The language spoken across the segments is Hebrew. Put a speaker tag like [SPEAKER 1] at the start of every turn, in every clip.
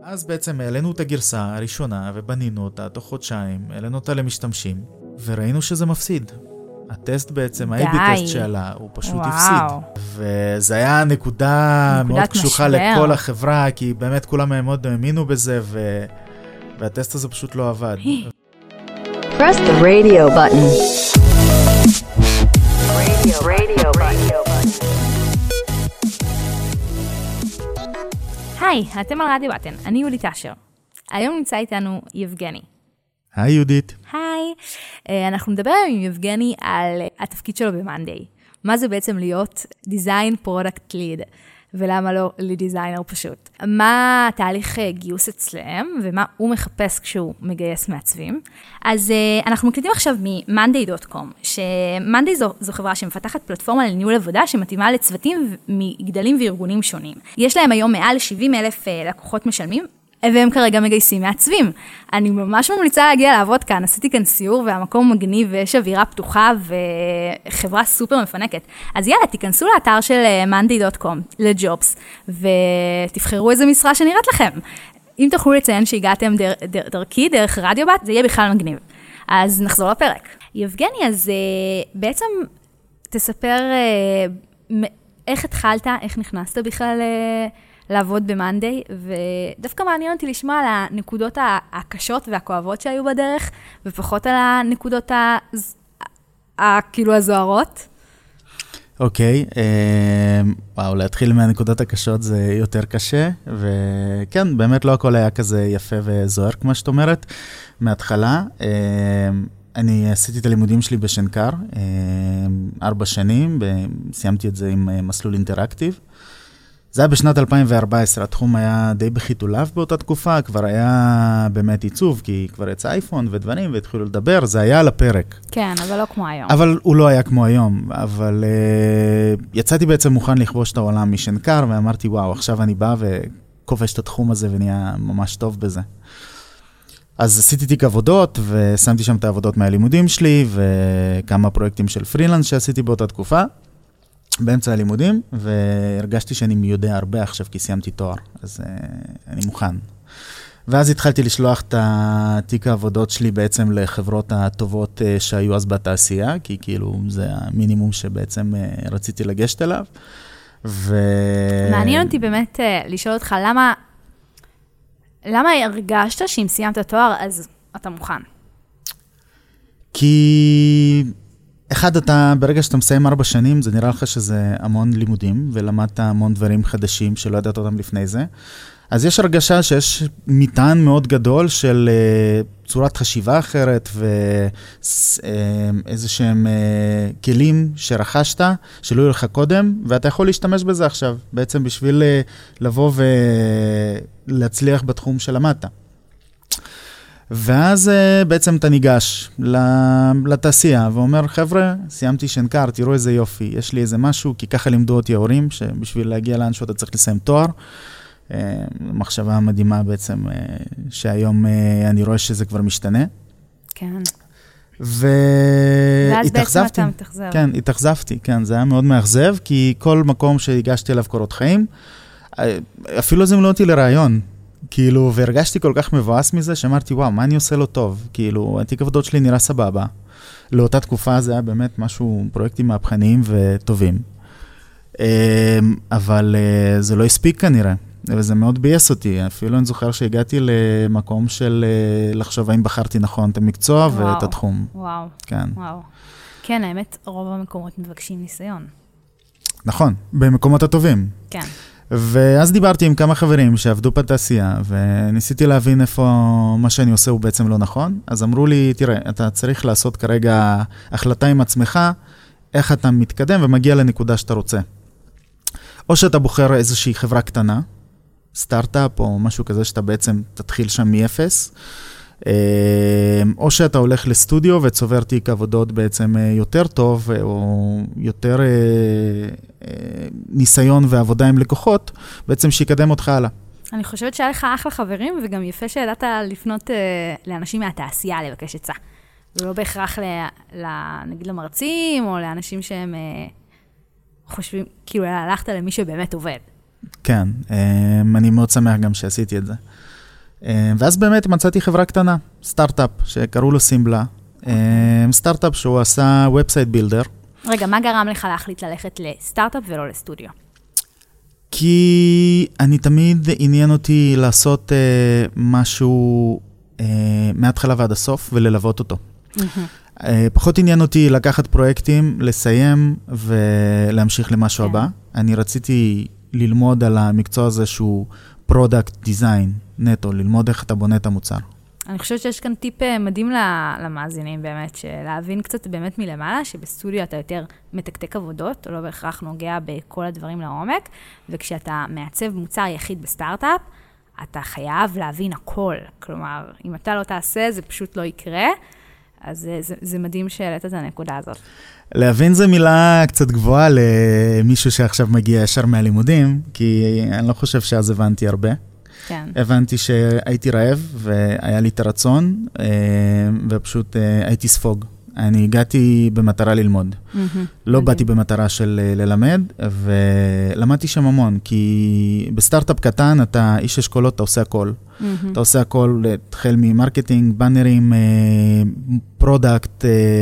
[SPEAKER 1] אז בעצם העלינו את הגרסה הראשונה ובנינו אותה תוך חודשיים, העלינו אותה למשתמשים, וראינו שזה מפסיד. הטסט בעצם, ה-AB טסט שעלה, הוא פשוט הפסיד. וזה היה נקודה מאוד קשוחה לכל החברה, כי באמת כולם מאוד האמינו בזה, והטסט הזה פשוט לא עבד.
[SPEAKER 2] Press the radio button. Radio button.
[SPEAKER 3] היי, אתם על רדיו בטן, אני יהודית אשר. היום נמצא איתנו יבגני.
[SPEAKER 1] היי יהודית.
[SPEAKER 3] היי, אנחנו נדבר עם יבגני על התפקיד שלו ב-Monday. מה זה בעצם להיות Design Product Lead, ולמה לא לדיזיינר פשוט. מה תהליך גיוס אצלם, ומה הוא מחפש כשהוא מגייס מעצבים. אז אנחנו מקליטים עכשיו מ-Monday.com, ש-Monday זו חברה שמפתחת פלטפורמה לניהול עבודה, שמתאימה לצוותים מגדלים וארגונים שונים. יש להם היום מעל 70,000 לקוחות משלמים, והם כרגע מגייסים מעצבים. אני ממש ממליצה להגיע לעבוד כאן, עשיתי כאן סיור והמקום מגניב ויש אווירה פתוחה וחברה סופר מפנקת. אז יאללה, תיכנסו לאתר של Monday.com, לג'ובס, ותבחרו איזה משרה שנראית לכם. אם תוכלו לציין שהגעתם דרכי, דרך רדיו בת, זה יהיה בכלל מגניב. אז נחזור לפרק. יבגני, אז בעצם תספר איך התחלת, איך נכנסת בכלל לעבוד ב-Monday, ודווקא מעניין אותי לשמוע על הנקודות הקשות והכואבות שהיו בדרך, ופחות על הנקודות כאילו הזוהרות.
[SPEAKER 1] אוקיי, וואו, להתחיל מהנקודות הקשות זה יותר קשה, וכן, באמת לא הכל היה כזה יפה וזוהר, כמו שאת אומרת, מההתחלה. אני עשיתי את הלימודים שלי בשנקר, 4 שנים, סיימתי את זה עם מסלול אינטראקטיב. זה היה בשנת 2014, התחום היה די בחיתוליו באותה תקופה, כבר היה באמת עיצוב, כי כבר יצא אייפון ודברים, והתחילו לדבר, זה היה על הפרק.
[SPEAKER 3] כן, אבל לא כמו היום.
[SPEAKER 1] אבל הוא לא היה כמו היום, אבל יצאתי בעצם מוכן לכבוש את העולם משנקר, ואמרתי, וואו, עכשיו אני בא וכובש את התחום הזה, ונהיה ממש טוב בזה. אז עשיתי תיק עבודות, ושמתי שם את העבודות מהלימודים שלי, וכמה פרויקטים של פרילנס שעשיתי באותה תקופה. באמצע הלימודים, והרגשתי שאני יודע הרבה עכשיו, כי סיימתי תואר, אז אני מוכן. ואז התחלתי לשלוח את התיק העבודות שלי בעצם לחברות הטובות שהיו אז בתעשייה, כי כאילו זה המינימום שבעצם רציתי לגשת אליו.
[SPEAKER 3] מעניין אותי באמת לשאול אותך, למה הרגשת שאם סיימת תואר, אז אתה מוכן?
[SPEAKER 1] כי אחד, ברגע שאתה מסיים 4 שנים, זה נראה לך שזה המון לימודים, ולמדת המון דברים חדשים שלא ידעת אותם לפני זה. אז יש הרגשה שיש מטען מאוד גדול של צורת חשיבה אחרת, ואיזה שהם כלים שרכשת, שלא יהיו לך קודם, ואתה יכול להשתמש בזה עכשיו, בעצם בשביל לבוא ולהצליח בתחום שלמדת. ואז בעצם אתה ניגש לתעשייה ואומר, חבר'ה, סיימתי שנקר, תראו איזה יופי, יש לי איזה משהו, כי ככה לימדו אותי ההורים, שבשביל להגיע לאן שאתה צריך לסיים תואר. מחשבה מדהימה בעצם, שהיום אני רואה שזה כבר משתנה.
[SPEAKER 3] כן.
[SPEAKER 1] ואז
[SPEAKER 3] בעצם אתה מתאכזב.
[SPEAKER 1] כן, התאכזבתי, כן, זה היה מאוד מאכזב, כי כל מקום שהגשתי אליו קורות חיים, אפילו זימנו אותי לרעיון. כאילו, והרגשתי כל כך מבואס מזה, שאמרתי, וואו, מה אני עושה לו טוב? כאילו, התיק עבודות שלי נראה סבבה. לאותה תקופה זה היה באמת משהו, פרויקטים מהפכניים וטובים. אבל זה לא הספיק כנראה, וזה מאוד בייס אותי. אפילו אני זוכר שהגעתי למקום של לחשוב האם בחרתי נכון את המקצוע ואת התחום.
[SPEAKER 3] וואו,
[SPEAKER 1] כן.
[SPEAKER 3] וואו. כן, האמת, רוב המקומות מבקשים ניסיון.
[SPEAKER 1] נכון, במקומות הטובים.
[SPEAKER 3] כן.
[SPEAKER 1] ואז דיברתי עם כמה חברים שעבדו בתעשייה, וניסיתי להבין איפה מה שאני עושה הוא בעצם לא נכון. אז אמרו לי, תראה, אתה צריך לעשות כרגע החלטה עם עצמך, איך אתה מתקדם ומגיע לנקודה שאתה רוצה. או שאתה בוחר איזושהי חברה קטנה, סטארט-אפ או משהו כזה שאתה בעצם תתחיל שם מ-0, או שאתה הולך לסטודיו וצובר תיק עבודות בעצם יותר טוב, או יותר ניסיון ועבודה עם לקוחות, בעצם שיקדם אותך הלאה.
[SPEAKER 3] אני חושבת שהיה לך אחלה חברים, וגם יפה שידעת לפנות לאנשים מהתעשייה לבקש עצה. ולא בהכרח נגיד למרצים, או לאנשים שהם חושבים, כאילו הלכת למי שבאמת עובד.
[SPEAKER 1] כן, אני מאוד שמח גם שעשיתי את זה. ואז באמת מצאתי חברה קטנה, סטארט-אפ, שקראו לו סימבלה. סטארט-אפ שהוא עשה ובסייט בילדר.
[SPEAKER 3] רגע, מה גרם לך להחליט ללכת לסטארט-אפ ולא לסטודיו?
[SPEAKER 1] כי אני תמיד עניין אותי לעשות משהו מההתחלה ועד הסוף וללוות אותו. פחות עניין אותי לקחת פרויקטים, לסיים ולהמשיך למשהו הבא. אני רציתי ללמוד על המקצוע הזה שהוא פרודקט דיזיין נטו, ללמוד איך אתה בונה את המוצר.
[SPEAKER 3] אני חושבת שיש כאן טיפ מדהים למאזינים באמת, שלהבין קצת באמת מלמעלה, שבסטודיו אתה יותר מתקתק עבודות, או לא בהכרח נוגע בכל הדברים לעומק, וכשאתה מעצב מוצר יחיד בסטארט-אפ, אתה חייב להבין הכל. כלומר, אם אתה לא תעשה, זה פשוט לא יקרה, אז זה מדהים שהעלית את הנקודה הזאת.
[SPEAKER 1] להבין זה מילה קצת גבוהה למישהו שעכשיו מגיע ישר מהלימודים, כי אני לא חושב שאז הבנתי הרבה.
[SPEAKER 3] כן.
[SPEAKER 1] הבנתי שהייתי רעב והיה לי את הרצון, ופשוט הייתי ספוג. אני הגעתי במטרה ללמוד. לא באתי במטרה של ללמד, ולמדתי שם המון, כי בסטארט-אפ קטן אתה איש אשכולות, אתה עושה הכל. אתה עושה הכל, תחל ממרקטינג, בנרים, פרודקט,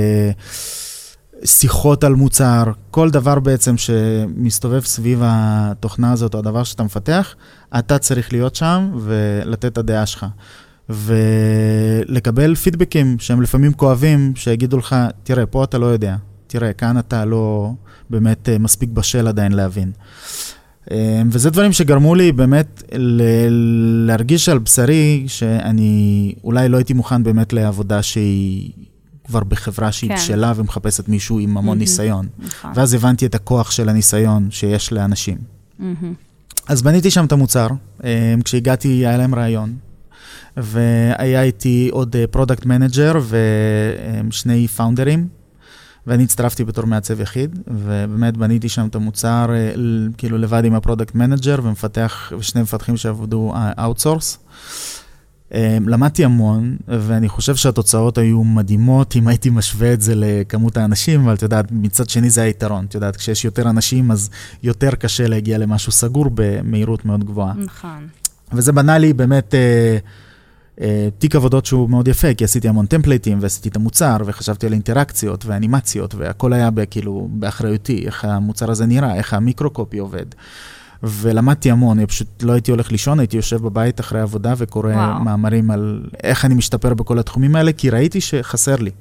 [SPEAKER 1] שיחות על מוצר, כל דבר בעצם שמסתובב סביב התוכנה הזאת, או הדבר שאתה מפתח, אתה צריך להיות שם ולתת את הדעה שלך. ולקבל פידבקים שהם לפעמים כואבים, שיגידו לך, תראה, פה אתה לא יודע, תראה, כאן אתה לא באמת מספיק בשל עדיין להבין. וזה דברים שגרמו לי באמת להרגיש על בשרי, שאני אולי לא הייתי מוכן באמת לעבודה שהיא כבר בחברה שהיא בשלה ומחפשת מישהו עם המון ניסיון. ואז הבנתי את הכוח של הניסיון שיש לאנשים. אז בניתי שם את המוצר. כשהגעתי, היה להם רעיון. והיה איתי עוד פרודקט מנג'ר ושני פאונדרים. ואני הצטרפתי בתור מעצב יחיד, ובאמת בניתי שם את המוצר, כאילו לבד עם הפרודקט מנג'ר, ושני מפתחים שעבדו אאוטסורס. למדתי המון, ואני חושב שהתוצאות היו מדהימות, אם הייתי משווה את זה לכמות האנשים, אבל אתה יודעת, מצד שני זה היתרון. אתה יודעת, כשיש יותר אנשים, אז יותר קשה להגיע למשהו סגור במהירות מאוד גבוהה.
[SPEAKER 3] נכון.
[SPEAKER 1] וזה בנה לי באמת תיק עבודות שהוא מאוד יפה, כי עשיתי המון טמפלייטים, ועשיתי את המוצר, וחשבתי על אינטראקציות ואנימציות, והכל היה כאילו באחריותי, איך המוצר הזה נראה, איך המיקרוקופי עובד. ולמדתי המון, אני פשוט לא הייתי הולך לישון, הייתי יושב בבית אחרי עבודה וקורא מאמרים על איך אני משתפר בכל התחומים האלה, כי ראיתי שחסר לי.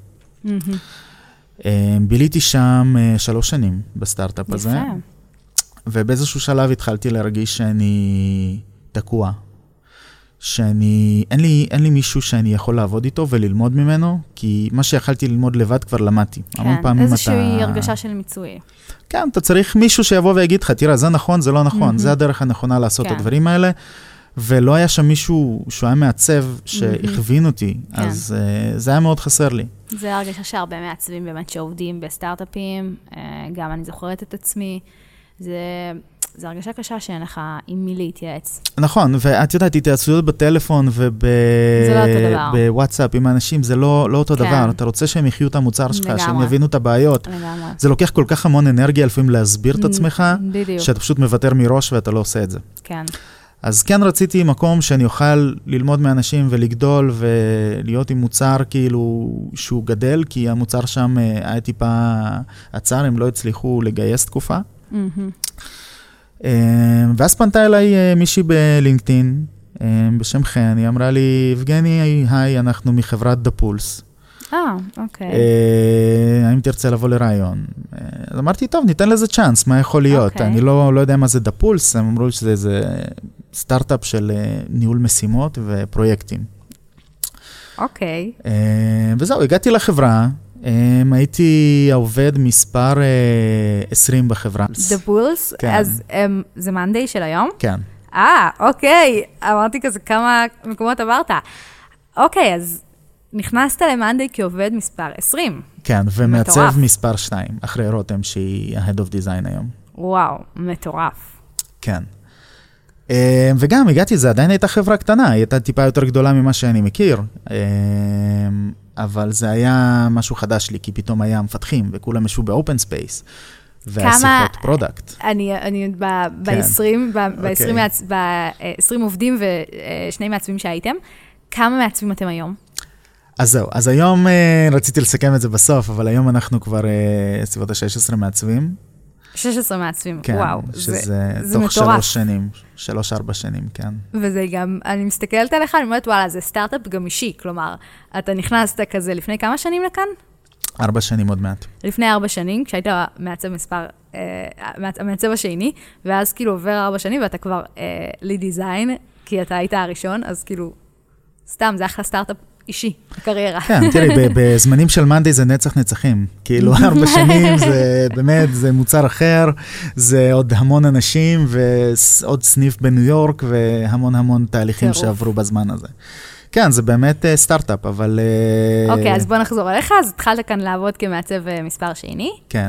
[SPEAKER 1] ביליתי שם 3 שנים בסטארט-אפ הזה, ובאיזשהו שלב התחלתי להרגיש שאני תקוע, אין לי מישהו שאני יכול לעבוד איתו וללמוד ממנו, כי מה שיכלתי ללמוד לבד כבר למדתי.
[SPEAKER 3] כן, איזושהי הרגשה של מיצוי.
[SPEAKER 1] כן, אתה צריך מישהו שיבוא ויגיד לך, תראה, זה נכון, זה לא נכון, זה הדרך הנכונה לעשות את הדברים האלה, ולא היה שם מישהו שהוא היה מעצב שהכווין אותי, אז זה היה מאוד חסר לי.
[SPEAKER 3] זה הרגשה שהרבה מעצבים באמת שעובדים בסטארט-אפים, גם אני זוכרת את עצמי, זה הרגשה קשה שאין לך עם מי להתייעץ.
[SPEAKER 1] נכון, ואת יודעת, התייעצויות בטלפון ובוואטסאפ עם האנשים, זה לא אותו דבר. אתה רוצה שהם יחיו את המוצר שלך, שהם יבינו את הבעיות. זה לוקח כל כך המון אנרגיה לפעמים להסביר את עצמך, שאתה פשוט מוותר מראש ואתה לא עושה את זה.
[SPEAKER 3] כן.
[SPEAKER 1] אז כן רציתי מקום שאני אוכל ללמוד מאנשים ולגדול ולהיות עם מוצר כאילו שהוא גדל, כי המוצר שם היה טיפה עצר, הם לא הצליחו לגייס תקופה. ואז פנתה אליי מישהי בלינקדאין, בשם חן, היא אמרה לי, יבגני, היי, אנחנו מחברת דפולס.
[SPEAKER 3] אוקיי.
[SPEAKER 1] האם תרצה לבוא לרעיון? אז אמרתי, טוב, ניתן לזה צ'אנס, מה יכול להיות? אני לא יודע מה זה דפולס, הם אמרו שזה איזה סטארט-אפ של ניהול משימות ופרויקטים.
[SPEAKER 3] אוקיי.
[SPEAKER 1] וזהו, הגעתי לחברה, הייתי העובד מספר 20 בחברה.
[SPEAKER 3] דפולס? אז זה מאנדיי של היום?
[SPEAKER 1] כן.
[SPEAKER 3] אוקיי. אמרתי כזה כמה מקומות עברת. אוקיי, אז נכנסת למאנדיי כעובד מספר 20.
[SPEAKER 1] כן, ומעצב מספר 2, אחרי רותם שהיא ה-Head of Design היום.
[SPEAKER 3] וואו, מטורף.
[SPEAKER 1] כן. וגם הגעתי, זה עדיין הייתה חברה קטנה, היא הייתה טיפה יותר גדולה ממה שאני מכיר. אבל זה היה משהו חדש לי, כי פתאום היה מפתחים, וכולם ישבו באופן ספייס. והשיחות פרודקט.
[SPEAKER 3] אני ב-20 עובדים ושני מעצבים שהייתם, כמה מעצבים אתם היום?
[SPEAKER 1] אז זהו, אז היום רציתי לסכם את זה בסוף, אבל היום אנחנו כבר סביבות ה-16 מעצבים.
[SPEAKER 3] 16 מעצבים,
[SPEAKER 1] כן,
[SPEAKER 3] וואו.
[SPEAKER 1] שזה
[SPEAKER 3] זה
[SPEAKER 1] תוך
[SPEAKER 3] מטורף.
[SPEAKER 1] 3-4 שנים, כן.
[SPEAKER 3] וזה גם, אני מסתכלת עליך, אני אומרת, וואלה, זה סטארט-אפ גם אישי, כלומר, אתה נכנסת כזה לפני כמה שנים לכאן?
[SPEAKER 1] 4 שנים עוד מעט.
[SPEAKER 3] לפני 4 שנים, כשהיית המעצב השני, ואז כאילו עובר 4 שנים, ואתה כבר ליד דיזיין, כי אתה היית הראשון, אז כאילו, סתם, זה אחלה סטארט-אפ אישי, הקריירה.
[SPEAKER 1] כן, תראי, בזמנים של מאנדי זה נצח נצחים. כאילו 4 שנים זה באמת, זה מוצר אחר, זה עוד המון אנשים, ועוד סניף בניו יורק, והמון תהליכים שעברו בזמן הזה. כן, זה באמת סטארט-אפ, אבל...
[SPEAKER 3] אוקיי, אז בוא נחזור אליך, אז התחלת כאן לעבוד כמעצב מספר שני.
[SPEAKER 1] כן.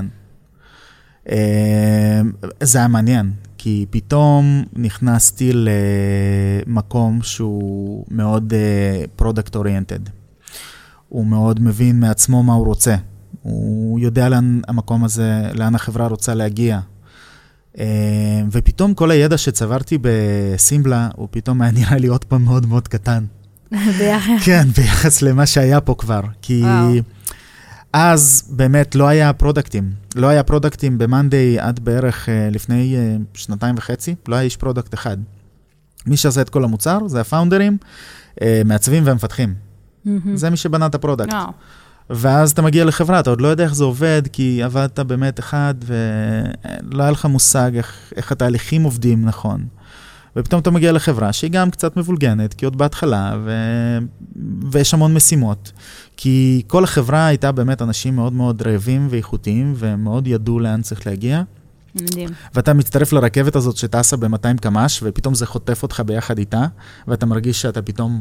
[SPEAKER 1] זה היה מעניין, כי פתאום נכנסתי למקום שהוא מאוד פרודקט אוריינטד. הוא מאוד מבין מעצמו מה הוא רוצה. הוא יודע לאן המקום הזה, לאן החברה רוצה להגיע. ופתאום כל הידע שצברתי בסימבלה, הוא פתאום היה נראה לי עוד פעם מאוד מאוד קטן. כן, ביחס למה שהיה פה כבר. כי אז באמת לא היה פרודקטים. לא היה פרודקטים במאנדי עד בערך לפני 2.5 לא היה איש פרודקט אחד. מי שעשה את כל המוצר זה הפאונדרים, מעצבים ומפתחים. זה מי שבנה את הפרודקט. ואז אתה מגיע לחברה, אתה עוד לא יודע איך זה עובד, כי עבדת באמת אחד, ולא היה לך מושג איך התהליכים עובדים נכון. ופתאום אתה מגיע לחברה שהיא גם קצת מבולגנת, כי עוד בהתחלה, ויש המון משימות. כי כל החברה הייתה באמת אנשים מאוד מאוד רעבים ואיכותיים, ומאוד ידעו לאן צריך להגיע.
[SPEAKER 3] מדהים.
[SPEAKER 1] ואתה מצטרף לרכבת הזאת שטסה ב-200 קמ"ש, ופתאום זה חוטף אותך ביחד איתה, ואתה מרגיש שאתה פתאום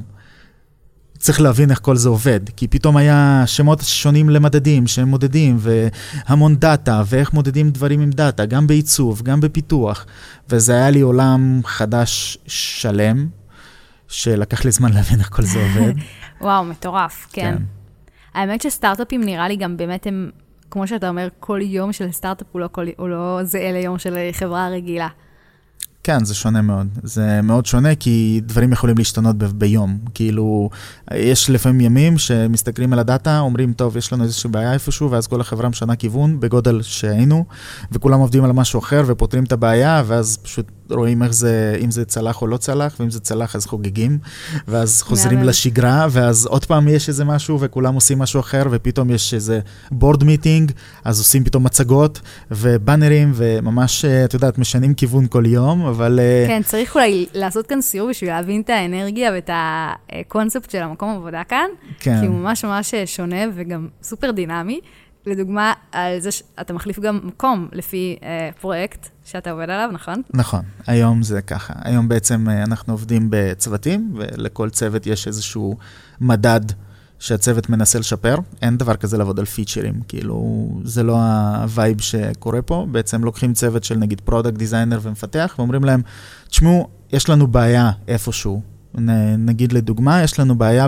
[SPEAKER 1] צריך להבין איך כל זה עובד, כי פתאום היה שמות שונים למדדים, שהם מודדים, והמון דאטה, ואיך מודדים דברים עם דאטה, גם בעיצוב, גם בפיתוח, וזה היה לי עולם חדש שלם, שלקח לי זמן להבין איך כל זה עובד.
[SPEAKER 3] וואו, מטורף, כן. האמת שסטארט-אפים נראה לי גם באמת הם, כמו שאתה אומר, כל יום של סטארט-אפ הוא לא זהה ליום של חברה רגילה.
[SPEAKER 1] כן, זה שונה מאוד. זה מאוד שונה, כי דברים יכולים להשתנות ביום. כאילו, יש לפעמים ימים שמסתכלים על הדאטה, אומרים, טוב, יש לנו איזושהי בעיה איפשהו, ואז כל החברה משנה כיוון בגודל שהיינו, וכולם עובדים על משהו אחר, ופותרים את הבעיה, ואז פשוט רואים איך זה, אם זה צלח או לא צלח, ואם זה צלח אז חוגגים, ואז חוזרים לשגרה, ואז עוד פעם יש איזה משהו, וכולם עושים משהו אחר, ופתאום יש איזה בורד מיטינג, אז עושים פתאום מצגות, ובאנרים, וממש, את יודעת, משנים כיוון כל יום, אבל...
[SPEAKER 3] כן, צריך אולי לעשות כאן סיור בשביל להבין את האנרגיה ואת הקונספט של המקום עבודה כאן,
[SPEAKER 1] כן.
[SPEAKER 3] כי הוא ממש ממש שונה וגם סופר דינמי. לדוגמה, על זה שאתה מחליף גם מקום לפי פרויקט שאתה עובד עליו, נכון?
[SPEAKER 1] נכון, היום זה ככה. היום בעצם אנחנו עובדים בצוותים, ולכל צוות יש איזשהו מדד שהצוות מנסה לשפר. אין דבר כזה לעבוד על פיצ'רים, כאילו זה לא הווייב שקורה פה. בעצם לוקחים צוות של נגיד פרודקט דיזיינר ומפתח, ואומרים להם, תשמעו, יש לנו בעיה איפשהו. נגיד לדוגמה, יש לנו בעיה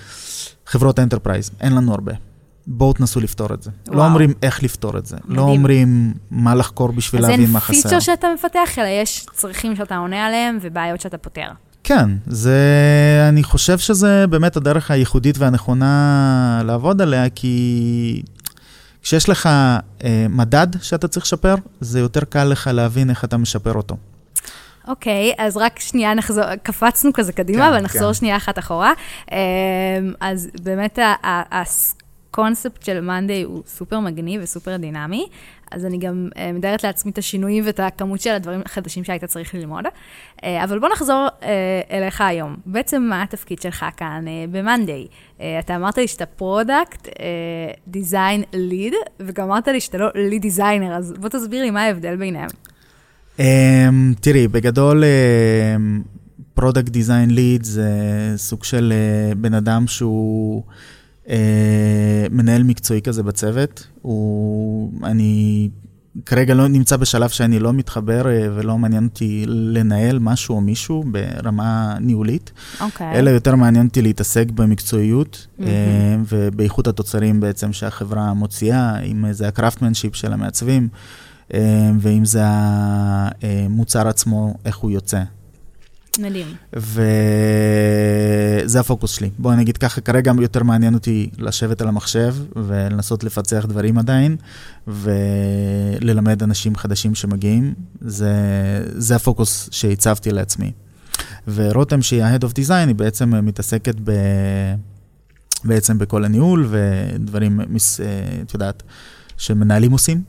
[SPEAKER 1] בחברות אנטרפרייז, אין לנו הרבה. בואו תנסו לפתור את זה. לא אומרים איך לפתור את זה. לא אומרים מה לחקור בשביל להבין מה חסר.
[SPEAKER 3] אז אין פיצ'ר שאתה מפתח, אלא יש צרכים שאתה עונה עליהם ובעיות שאתה פותר.
[SPEAKER 1] כן, אני חושב שזה באמת הדרך הייחודית והנכונה לעבוד עליה, כי כשיש לך מדד שאתה צריך לשפר, זה יותר קל לך להבין איך אתה משפר אותו.
[SPEAKER 3] אוקיי, אז רק שנייה נחזור, קפצנו כזה קדימה, אבל נחזור שנייה אחת אחורה. אז באמת הקונספט של מאנדי הוא סופר מגניב וסופר דינמי, אז אני גם מדברת לעצמי את השינויים ואת הכמות של הדברים החדשים שהיית צריך ללמוד. אבל בוא נחזור אליך היום. בעצם מה התפקיד שלך כאן במאנדי? אתה אמרת לי שאתה פרודקט, דיזיין ליד, וגם אמרת לי שאתה לא ליד דיזיינר, אז בוא תסביר לי מה ההבדל ביניהם.
[SPEAKER 1] תראי, בגדול פרודקט דיזיין ליד זה סוג של בן אדם שהוא מנהל מקצועי כזה בצוות. אני כרגע לא נמצא בשלב שאני לא מתחבר ולא מעניין אותי לנהל משהו או מישהו ברמה ניהולית, אלא יותר מעניין אותי להתעסק במקצועיות ובאיכות התוצרים בעצם שהחברה מוציאה, אם זה הקראפטמנשיפ של המעצבים, ואם זה המוצר עצמו, איך הוא יוצא.
[SPEAKER 3] מדהים.
[SPEAKER 1] וזה הפוקוס שלי. בואו נגיד ככה, כרגע יותר מעניין אותי לשבת על המחשב, ולנסות לפצח דברים עדיין, וללמד אנשים חדשים שמגיעים. זה הפוקוס שהצבתי לעצמי. ורותם, שהיא ה-Head of Design, היא בעצם מתעסקת בעצם בכל הניהול, ודברים, את יודעת, שמנהלים עושים.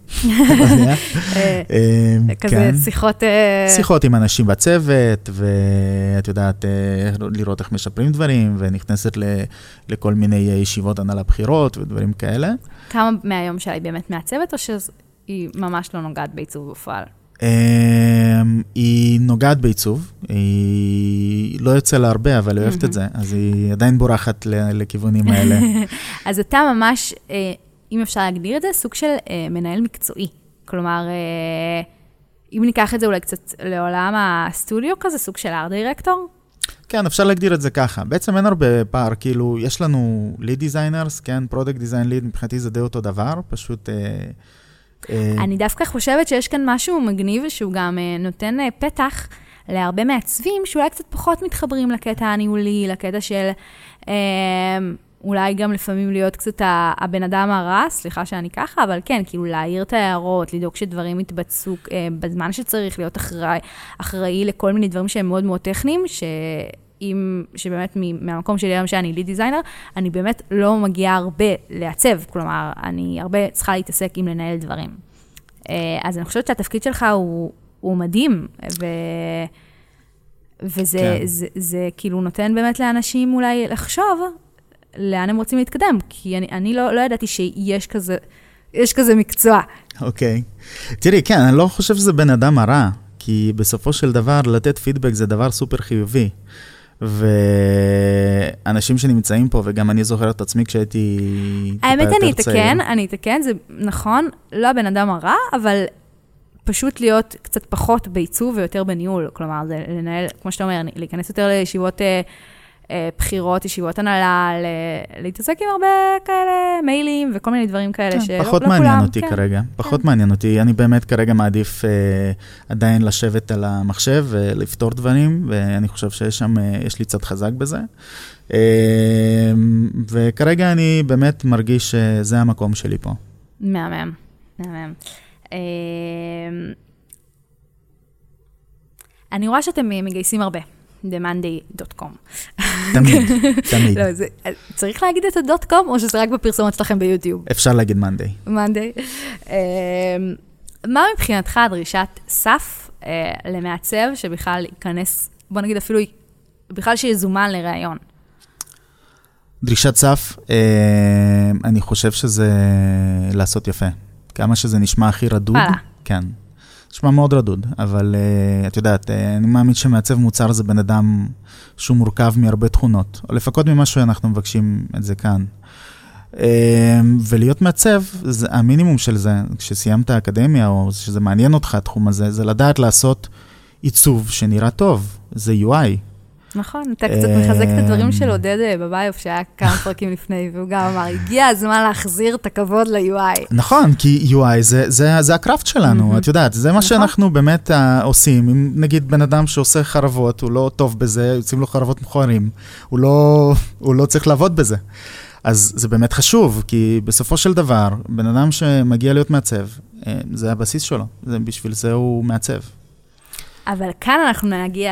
[SPEAKER 3] כזה שיחות...
[SPEAKER 1] שיחות עם אנשים בצוות, ואת יודעת, לראות איך משפרים דברים, ונכנסת לכל מיני ישיבות הנהלה בחירות, ודברים כאלה.
[SPEAKER 3] כמה מהיום שלה היא באמת מעצבת, או שהיא ממש לא נוגעת בעיצוב בפועל?
[SPEAKER 1] היא נוגעת בעיצוב, היא לא יוצא לה הרבה, אבל היא אוהבת את זה, אז היא עדיין בורחת לכיוונים האלה.
[SPEAKER 3] אז אתה ממש... אם אפשר להגדיר את זה, סוג של מנהל מקצועי. כלומר, אם ניקח את זה אולי קצת לעולם הסטודיו כזה, סוג של ארט דירקטור?
[SPEAKER 1] כן, אפשר להגדיר את זה ככה. בעצם אין הרבה פער, כאילו, יש לנו ליד דיזיינרס, כן, פרודקט דיזיין ליד, מבחינתי זה די אותו דבר, פשוט...
[SPEAKER 3] אני דווקא חושבת שיש כאן משהו מגניב, שהוא גם נותן פתח להרבה מעצבים, שאולי קצת פחות מתחברים לקטע הניהולי, לקטע של... אולי גם לפעמים להיות קצת הבן אדם הרע, סליחה שאני ככה, אבל כן, כאילו להעיר את ההערות, לדאוג שדברים יתבצעו בזמן שצריך, להיות אחראי לכל מיני דברים שהם מאוד מאוד טכניים, שבאמת מהמקום שלי היום שאני ליד דיזיינר, אני באמת לא מגיעה הרבה לעצב, כלומר, אני הרבה צריכה להתעסק עם לנהל דברים. אז אני חושבת שהתפקיד שלך הוא מדהים, וזה כאילו נותן באמת לאנשים אולי לחשוב, לאן הם רוצים להתקדם, כי אני לא ידעתי שיש כזה מקצוע.
[SPEAKER 1] אוקיי. תראי, כן, אני לא חושב שזה בן אדם הרע, כי בסופו של דבר, לתת פידבק זה דבר סופר חיובי. ואנשים שנמצאים פה, וגם אני זוכר את עצמי כשהייתי
[SPEAKER 3] האמת, אני אתקן, זה נכון, לא הבן אדם הרע, אבל פשוט להיות קצת פחות בעיצוב ויותר בניהול. כלומר, זה לנהל, כמו שאתה אומר, להיכנס יותר לישיבות בחירות, ישיבות הנהלה, להתעסק עם הרבה כאלה מיילים וכל מיני דברים כאלה שלא כולם.
[SPEAKER 1] פחות מעניין אותי כרגע, פחות מעניין אותי. אני באמת כרגע מעדיף עדיין לשבת על המחשב ולפתור דברים, ואני חושב שיש לי צד חזק בזה. וכרגע אני באמת מרגיש שזה המקום שלי פה.
[SPEAKER 3] מהמם. אני רואה שאתם מגייסים הרבה. themonday.com.
[SPEAKER 1] תמיד.
[SPEAKER 3] לא, צריך להגיד את ה.com או שזה רק בפרסומות שלכם ביוטיוב?
[SPEAKER 1] אפשר להגיד Monday.
[SPEAKER 3] מה מבחינתך דרישת סף למעצב שבכלל ייכנס, בוא נגיד אפילו, בכלל שיזומן לראיון?
[SPEAKER 1] דרישת סף, אני חושב שזה לעשות יפה. כמה שזה נשמע הכי רדוד. כן. נשמע מאוד רדוד, אבל את יודעת, אני מאמין שמעצב מוצר זה בן אדם שהוא מורכב מהרבה תכונות, או לפחות ממה שאנחנו מבקשים את זה כאן. ולהיות מעצב, זה המינימום של זה, כשסיימת האקדמיה, או שזה מעניין אותך התחום הזה, זה לדעת לעשות עיצוב שנראה טוב, זה UI.
[SPEAKER 3] נכון, אתה קצת מחזק את הדברים של עודד בביוף, שהיה כמה פרקים לפני, והוא גם אמר, הגיע הזמן להחזיר את הכבוד ל-UI.
[SPEAKER 1] נכון, כי UI זה הקראפט שלנו, את יודעת, זה מה שאנחנו באמת עושים. אם נגיד בן אדם שעושה חרבות, הוא לא טוב בזה, יוצאים לו חרבות מכוערים, הוא לא צריך לעבוד בזה. אז זה באמת חשוב, כי בסופו של דבר, בן אדם שמגיע להיות מעצב, זה הבסיס שלו, בשביל זה הוא מעצב.
[SPEAKER 3] אבל כאן אנחנו נגיע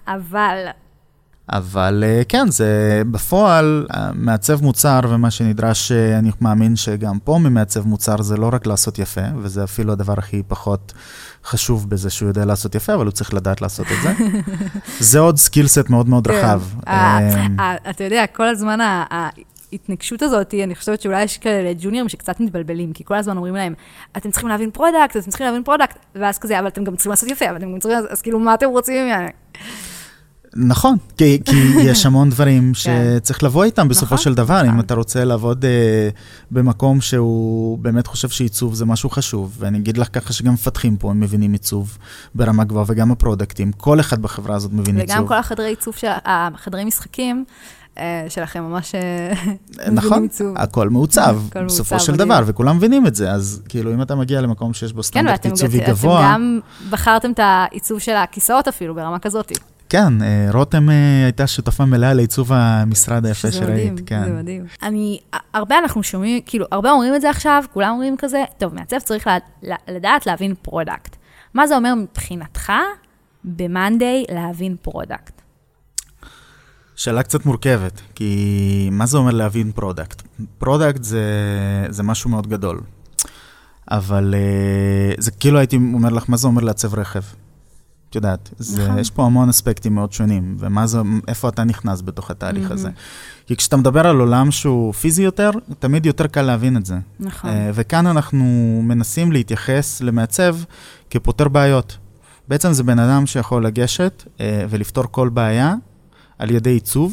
[SPEAKER 1] אבל כן, זה בפועל, מעצב מוצר ומה שנדרש, אני מאמין שגם פה ממעצב מוצר זה לא רק לעשות יפה, וזה אפילו הדבר הכי פחות חשוב בזה שהוא יודע לעשות יפה, אבל הוא צריך לדעת לעשות את זה. זה עוד סקילסט מאוד מאוד רחב.
[SPEAKER 3] אתה יודע, כל הזמן ההתנגשות הזאת, אני חושבת שאולי יש כאלה ג'וניורים שקצת מתבלבלים, כי כל הזמן אומרים להם, אתם צריכים להבין פרודקט, ואז כזה, אבל אתם גם צריכים לעשות יפה, אז כאילו, מה אתם רוצים ממני?
[SPEAKER 1] נכון, כי יש המון דברים שצריך לבוא איתם בסופו של דבר, אם אתה רוצה לעבוד במקום שהוא באמת חושב שעיצוב זה משהו חשוב, ואני אגיד לך ככה שגם מפתחים פה, הם מבינים עיצוב ברמה גבוהה, וגם הפרודקטים, כל אחד בחברה הזאת מבין עיצוב.
[SPEAKER 3] וגם כל החדרי עיצוב, החדרי משחקים, שלכם ממש
[SPEAKER 1] נכון, הכל מעוצב, בסופו של דבר, וכולם מבינים את זה, אז כאילו אם אתה מגיע למקום שיש בו סטנדרט עיצובי גבוה...
[SPEAKER 3] כן, ואתם גם בחרתם את העיצוב של הכיסאות אפילו, ברמה כזאת.
[SPEAKER 1] כן, רותם הייתה שותפה מלאה לעיצוב המשרד היפה שראית.
[SPEAKER 3] זה מדהים. הרבה אנחנו שומעים, כאילו, הרבה אומרים את זה עכשיו, כולם אומרים כזה, טוב, מעצב צריך לדעת להבין פרודקט. מה זה אומר מבחינתך במאנדיי להבין פרודקט?
[SPEAKER 1] שאלה קצת מורכבת, כי מה זה אומר להבין פרודקט? פרודקט זה משהו מאוד גדול, אבל זה כאילו הייתי אומר לך, מה זה אומר לעצב רכב? את יודעת, יש פה המון אספקטים מאוד שונים, ואיפה אתה נכנס בתוך התהליך הזה. כי כשאתה מדבר על עולם שהוא פיזי יותר, תמיד יותר קל להבין את זה.
[SPEAKER 3] נכון.
[SPEAKER 1] וכאן אנחנו מנסים להתייחס למעצב כפותר בעיות. בעצם זה בן אדם שיכול לגשת ולפתור כל בעיה על ידי עיצוב,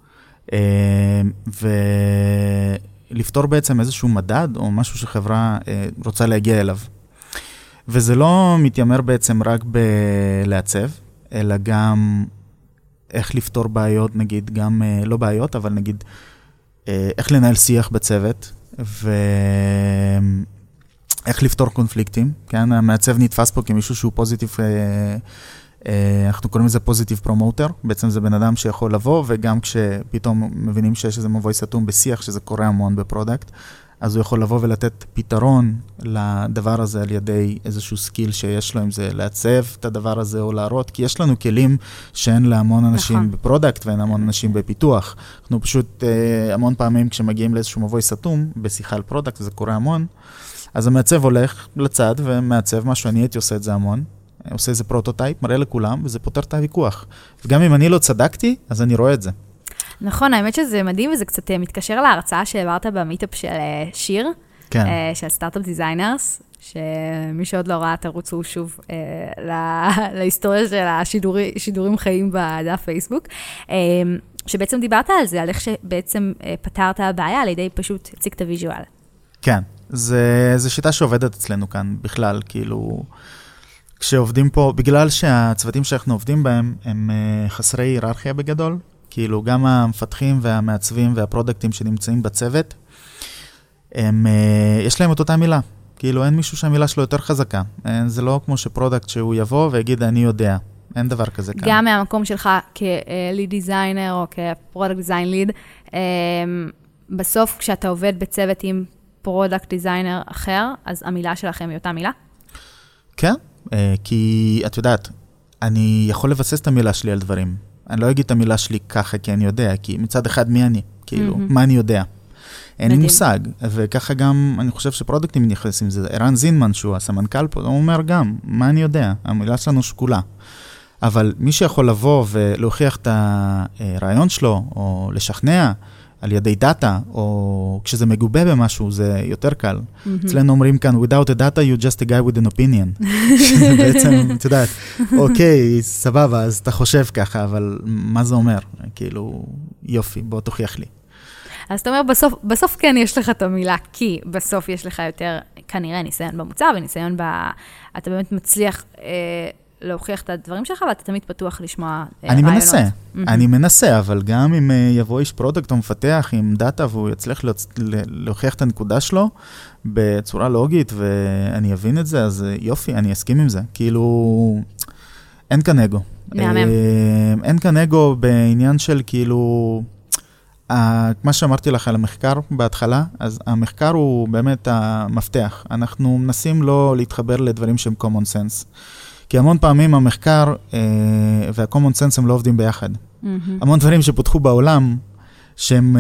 [SPEAKER 1] ולפתור בעצם איזשהו מדד או משהו שחברה רוצה להגיע אליו. וזה לא מתיימר בעצם רק בלעצב, אלא גם איך לפתור בעיות, נגיד, גם לא בעיות, אבל נגיד, איך לנהל שיח בצוות, ואיך לפתור קונפליקטים, כן? המעצב נתפס פה כמישהו שהוא פוזיטיב, אנחנו קוראים לזה פוזיטיב פרומוטר, בעצם זה בן אדם שיכול לבוא, וגם כשפתאום מבינים שיש איזה מבוי סתום בשיח, שזה קורה המון בפרודקט, אז הוא יכול לבוא ולתת פתרון לדבר הזה על ידי איזשהו סקיל שיש לו, אם זה לעצב את הדבר הזה או להראות, כי יש לנו כלים שאין להמון אנשים בפרודקט ואין המון אנשים בפיתוח. אנחנו פשוט המון פעמים כשמגיעים לאיזשהו מבוי סתום, בשיחה על פרודקט, זה קורה המון, אז המעצב הולך לצד ומעצב משהו, אני הייתי עושה את זה המון, עושה איזה פרוטוטייפ, מראה לכולם, וזה פותר את הוויכוח. וגם אם אני לא צדקתי, אז אני רואה את זה.
[SPEAKER 3] נכון, האמת שזה מדהים, וזה קצת מתקשר להרצאה שהעברת במיטאפ של שיר, של סטארט-אפ דיזיינרס, שמי שעוד לא ראה, תרוצו שוב להיסטוריה של השידורים חיים בדף פייסבוק, שבעצם דיברת על זה, על איך שבעצם פתרת הבעיה על ידי פשוט הציג את הוויז'ואל.
[SPEAKER 1] כן, זו שיטה שעובדת אצלנו כאן בכלל, כאילו, כשעובדים פה, בגלל שהצוותים שאנחנו עובדים בהם, הם חסרי היררכיה בגדול, כאילו גם המפתחים והמעצבים והפרודקטים שנמצאים בצוות, יש להם את אותה מילה. כאילו אין מישהו שהמילה שלו יותר חזקה. זה לא כמו שפרודקט שהוא יבוא ויגיד אני יודע. אין דבר כזה כאן.
[SPEAKER 3] גם מהמקום שלך כליד דיזיינר או כפרודקט דיזיין ליד, בסוף כשאתה עובד בצוות עם פרודקט דיזיינר אחר, אז המילה שלכם היא אותה מילה?
[SPEAKER 1] כן, כי את יודעת, אני יכול לבסס את המילה שלי על דברים. אני לא אגיד את המילה שלי ככה, כי אני יודע, כי מצד אחד מי אני, כאילו, מה אני יודע. אין לי מושג, וככה גם, אני חושב שפרודקטים נכנסים, זה ערן זינמן, שהוא הסמנכ"ל פה, הוא אומר גם, מה אני יודע, המילה שלנו שקולה. אבל מי שיכול לבוא ולהוכיח את הרעיון שלו, או לשכנע על ידי דאטה, או כשזה מגובה במשהו, זה יותר קל. אצלנו אומרים כאן, without a data, you're just a guy with an opinion. בעצם, את יודעת, אוקיי, סבבה, אז אתה חושב ככה, אבל מה זה אומר? כאילו, יופי, בוא תוכיח לי.
[SPEAKER 3] אז אתה אומר, בסוף כן יש לך את המילה, כי בסוף יש לך יותר, כנראה, ניסיון במוצר, וניסיון אתה באמת מצליח להוכיח את הדברים שלך, ואתה תמיד פתוח לשמוע רעיונות.
[SPEAKER 1] אני מנסה, אבל גם אם יבוא איש פרודקט או מפתח עם דאטה, והוא יצליח להוכיח את הנקודה שלו בצורה לוגית, ואני אבין את זה, אז יופי, אני אסכים עם זה. כאילו, אין כאן אגו. אין כאן אגו בעניין של כאילו, מה שאמרתי לך על המחקר בהתחלה, אז המחקר הוא באמת המפתח. אנחנו מנסים לא להתחבר לדברים שהם common sense. כי המון פעמים המחקר וה-common sense הם לא עובדים ביחד. המון דברים שפותחו בעולם, שהם,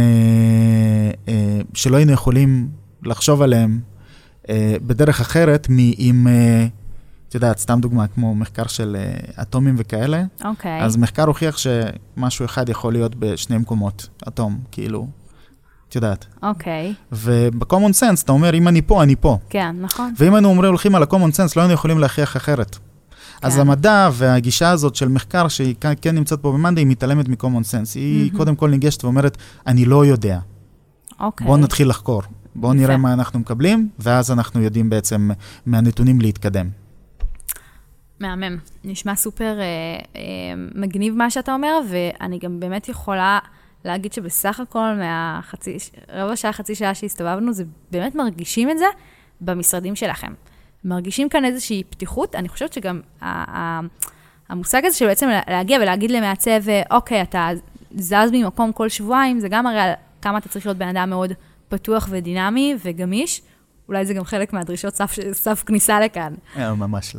[SPEAKER 1] שלא היינו יכולים לחשוב עליהם בדרך אחרת, אם, את יודעת, סתם דוגמה, כמו מחקר של אטומים וכאלה.
[SPEAKER 3] אוקיי.
[SPEAKER 1] אז מחקר הוכיח שמשהו אחד יכול להיות בשני מקומות, אטום, כאילו, את יודעת.
[SPEAKER 3] אוקיי.
[SPEAKER 1] וב-common sense, אתה אומר, אם אני פה, אני פה.
[SPEAKER 3] כן, נכון.
[SPEAKER 1] ואם אנו אומרים, הולכים על ה-common sense, לא היינו יכולים להכריח אחרת. אז המדע והגישה הזאת של מחקר שהיא כן נמצאת פה במאנדיי, היא מתעלמת מ-common sense. היא קודם כל ניגשת ואומרת, אני לא יודע. בואו נתחיל לחקור. בואו נראה מה אנחנו מקבלים, ואז אנחנו יודעים בעצם מהנתונים להתקדם.
[SPEAKER 3] מהמם. נשמע סופר מגניב מה שאתה אומר, ואני גם באמת יכולה להגיד שבסך הכל רבע שעה, חצי שעה שהסתובבנו, זה באמת מרגישים את זה במשרדים שלכם. מרגישים כאן איזושהי פתיחות, אני חושבת שגם המושג הזה שבעצם להגיע ולהגיד למעצב, אוקיי, אתה זז ממקום כל שבועיים, זה גם הרי כמה אתה צריך להיות בן אדם מאוד פתוח ודינמי וגמיש, אולי זה גם חלק מהדרישות סף כניסה לכאן.
[SPEAKER 1] ממש לא.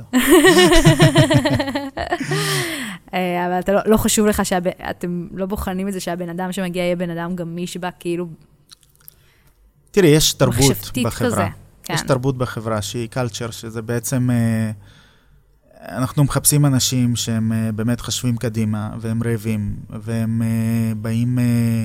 [SPEAKER 3] אבל אתה לא חשוב לך שאתם לא בוחנים את זה שהבן אדם שמגיע יהיה בן אדם גמיש בה, כאילו...
[SPEAKER 1] תראי, יש תרבות בחברה.
[SPEAKER 3] כן.
[SPEAKER 1] יש תרבות בחברה שהיא קלצ'ר, שזה בעצם... אנחנו מחפשים אנשים שהם באמת חשבים קדימה, והם רעבים, והם באים...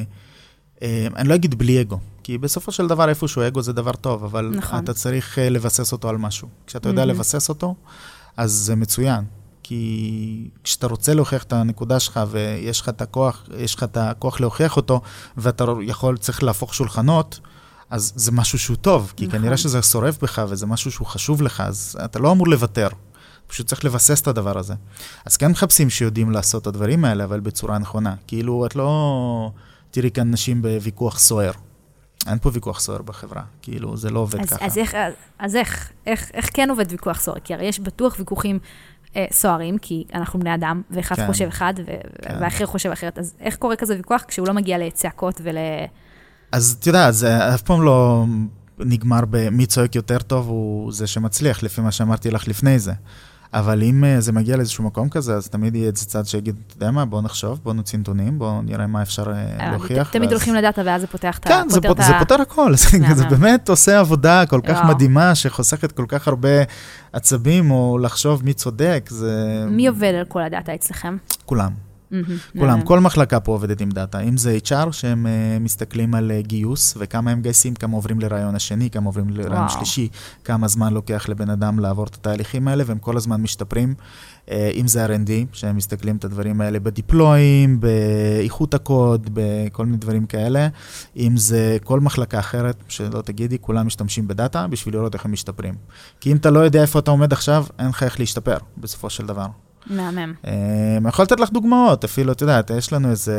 [SPEAKER 1] אני לא אגיד בלי אגו, כי בסופו של דבר איפשהו אגו זה דבר טוב, אבל נכון. אתה צריך לבסס אותו על משהו. כשאתה יודע לבסס אותו, אז זה מצוין. כי כשאתה רוצה להוכיח את הנקודה שלך, ויש לך את הכוח, יש לך את הכוח להוכיח אותו, ואתה צריך להפוך שולחנות, אז זה משהו שהוא טוב, כי כנראה שזה שורף בך, וזה משהו שהוא חשוב לך, אז אתה לא אמור לוותר. פשוט צריך לבסס את הדבר הזה. אז כן מחפשים שיודעים לעשות את הדברים האלה, אבל בצורה נכונה. כאילו, את לא... תראי כאן נשים בוויכוח סוער. אין פה ויכוח סוער בחברה. כאילו, זה לא עובד ככה.
[SPEAKER 3] אז איך כן עובד ויכוח סוער? כי הרי יש בטוח ויכוחים סוערים, כי אנחנו בני אדם, ואחד חושב אחד, והאחר חושב אחרת. אז איך קורה כזה ויכוח כשהוא לא מגיע לצעקות
[SPEAKER 1] אז אתה יודע, זה אף פעם לא נגמר במי צועק יותר טוב, הוא זה שמצליח, לפי מה שאמרתי לך לפני זה. אבל אם זה מגיע לאיזשהו מקום כזה, אז תמיד יהיה איזה צד שיגיד, אתה יודע מה, בוא נחשוב, בוא נוציא נתונים, בוא נראה מה אפשר להוכיח.
[SPEAKER 3] תמיד הולכים לדאטה, ואז זה פותח את
[SPEAKER 1] כן, זה פותר הכל. זה באמת עושה עבודה כל כך מדהימה, שחוסכת כל כך הרבה עצבים, או לחשוב מי צודק.
[SPEAKER 3] מי עובד על כל הדאטה אצלכם?
[SPEAKER 1] כולם. כולם, כל מחלקה פה עובדת עם דאטה. אם זה HR, שהם מסתכלים על גיוס, וכמה הם גייסים, כמה עוברים לרעיון השני, כמה עוברים לרעיון שלישי, כמה זמן לוקח לבן אדם לעבור את התהליכים האלה, והם כל הזמן משתפרים. אם זה R&D, שהם מסתכלים את הדברים האלה בדיפלויים, באיכות הקוד, בכל מיני דברים כאלה. אם זה כל מחלקה אחרת, שלא תגידי, כולם משתמשים בדאטה, בשביל לראות איך הם משתפרים. כי אם אתה לא יודע איפה אתה עומד עכשיו, אין לך איך להשתפר, בסופו של דבר.
[SPEAKER 3] מהמם.
[SPEAKER 1] אני יכול לתת לך דוגמאות, אפילו, אתה יודעת, יש לנו איזה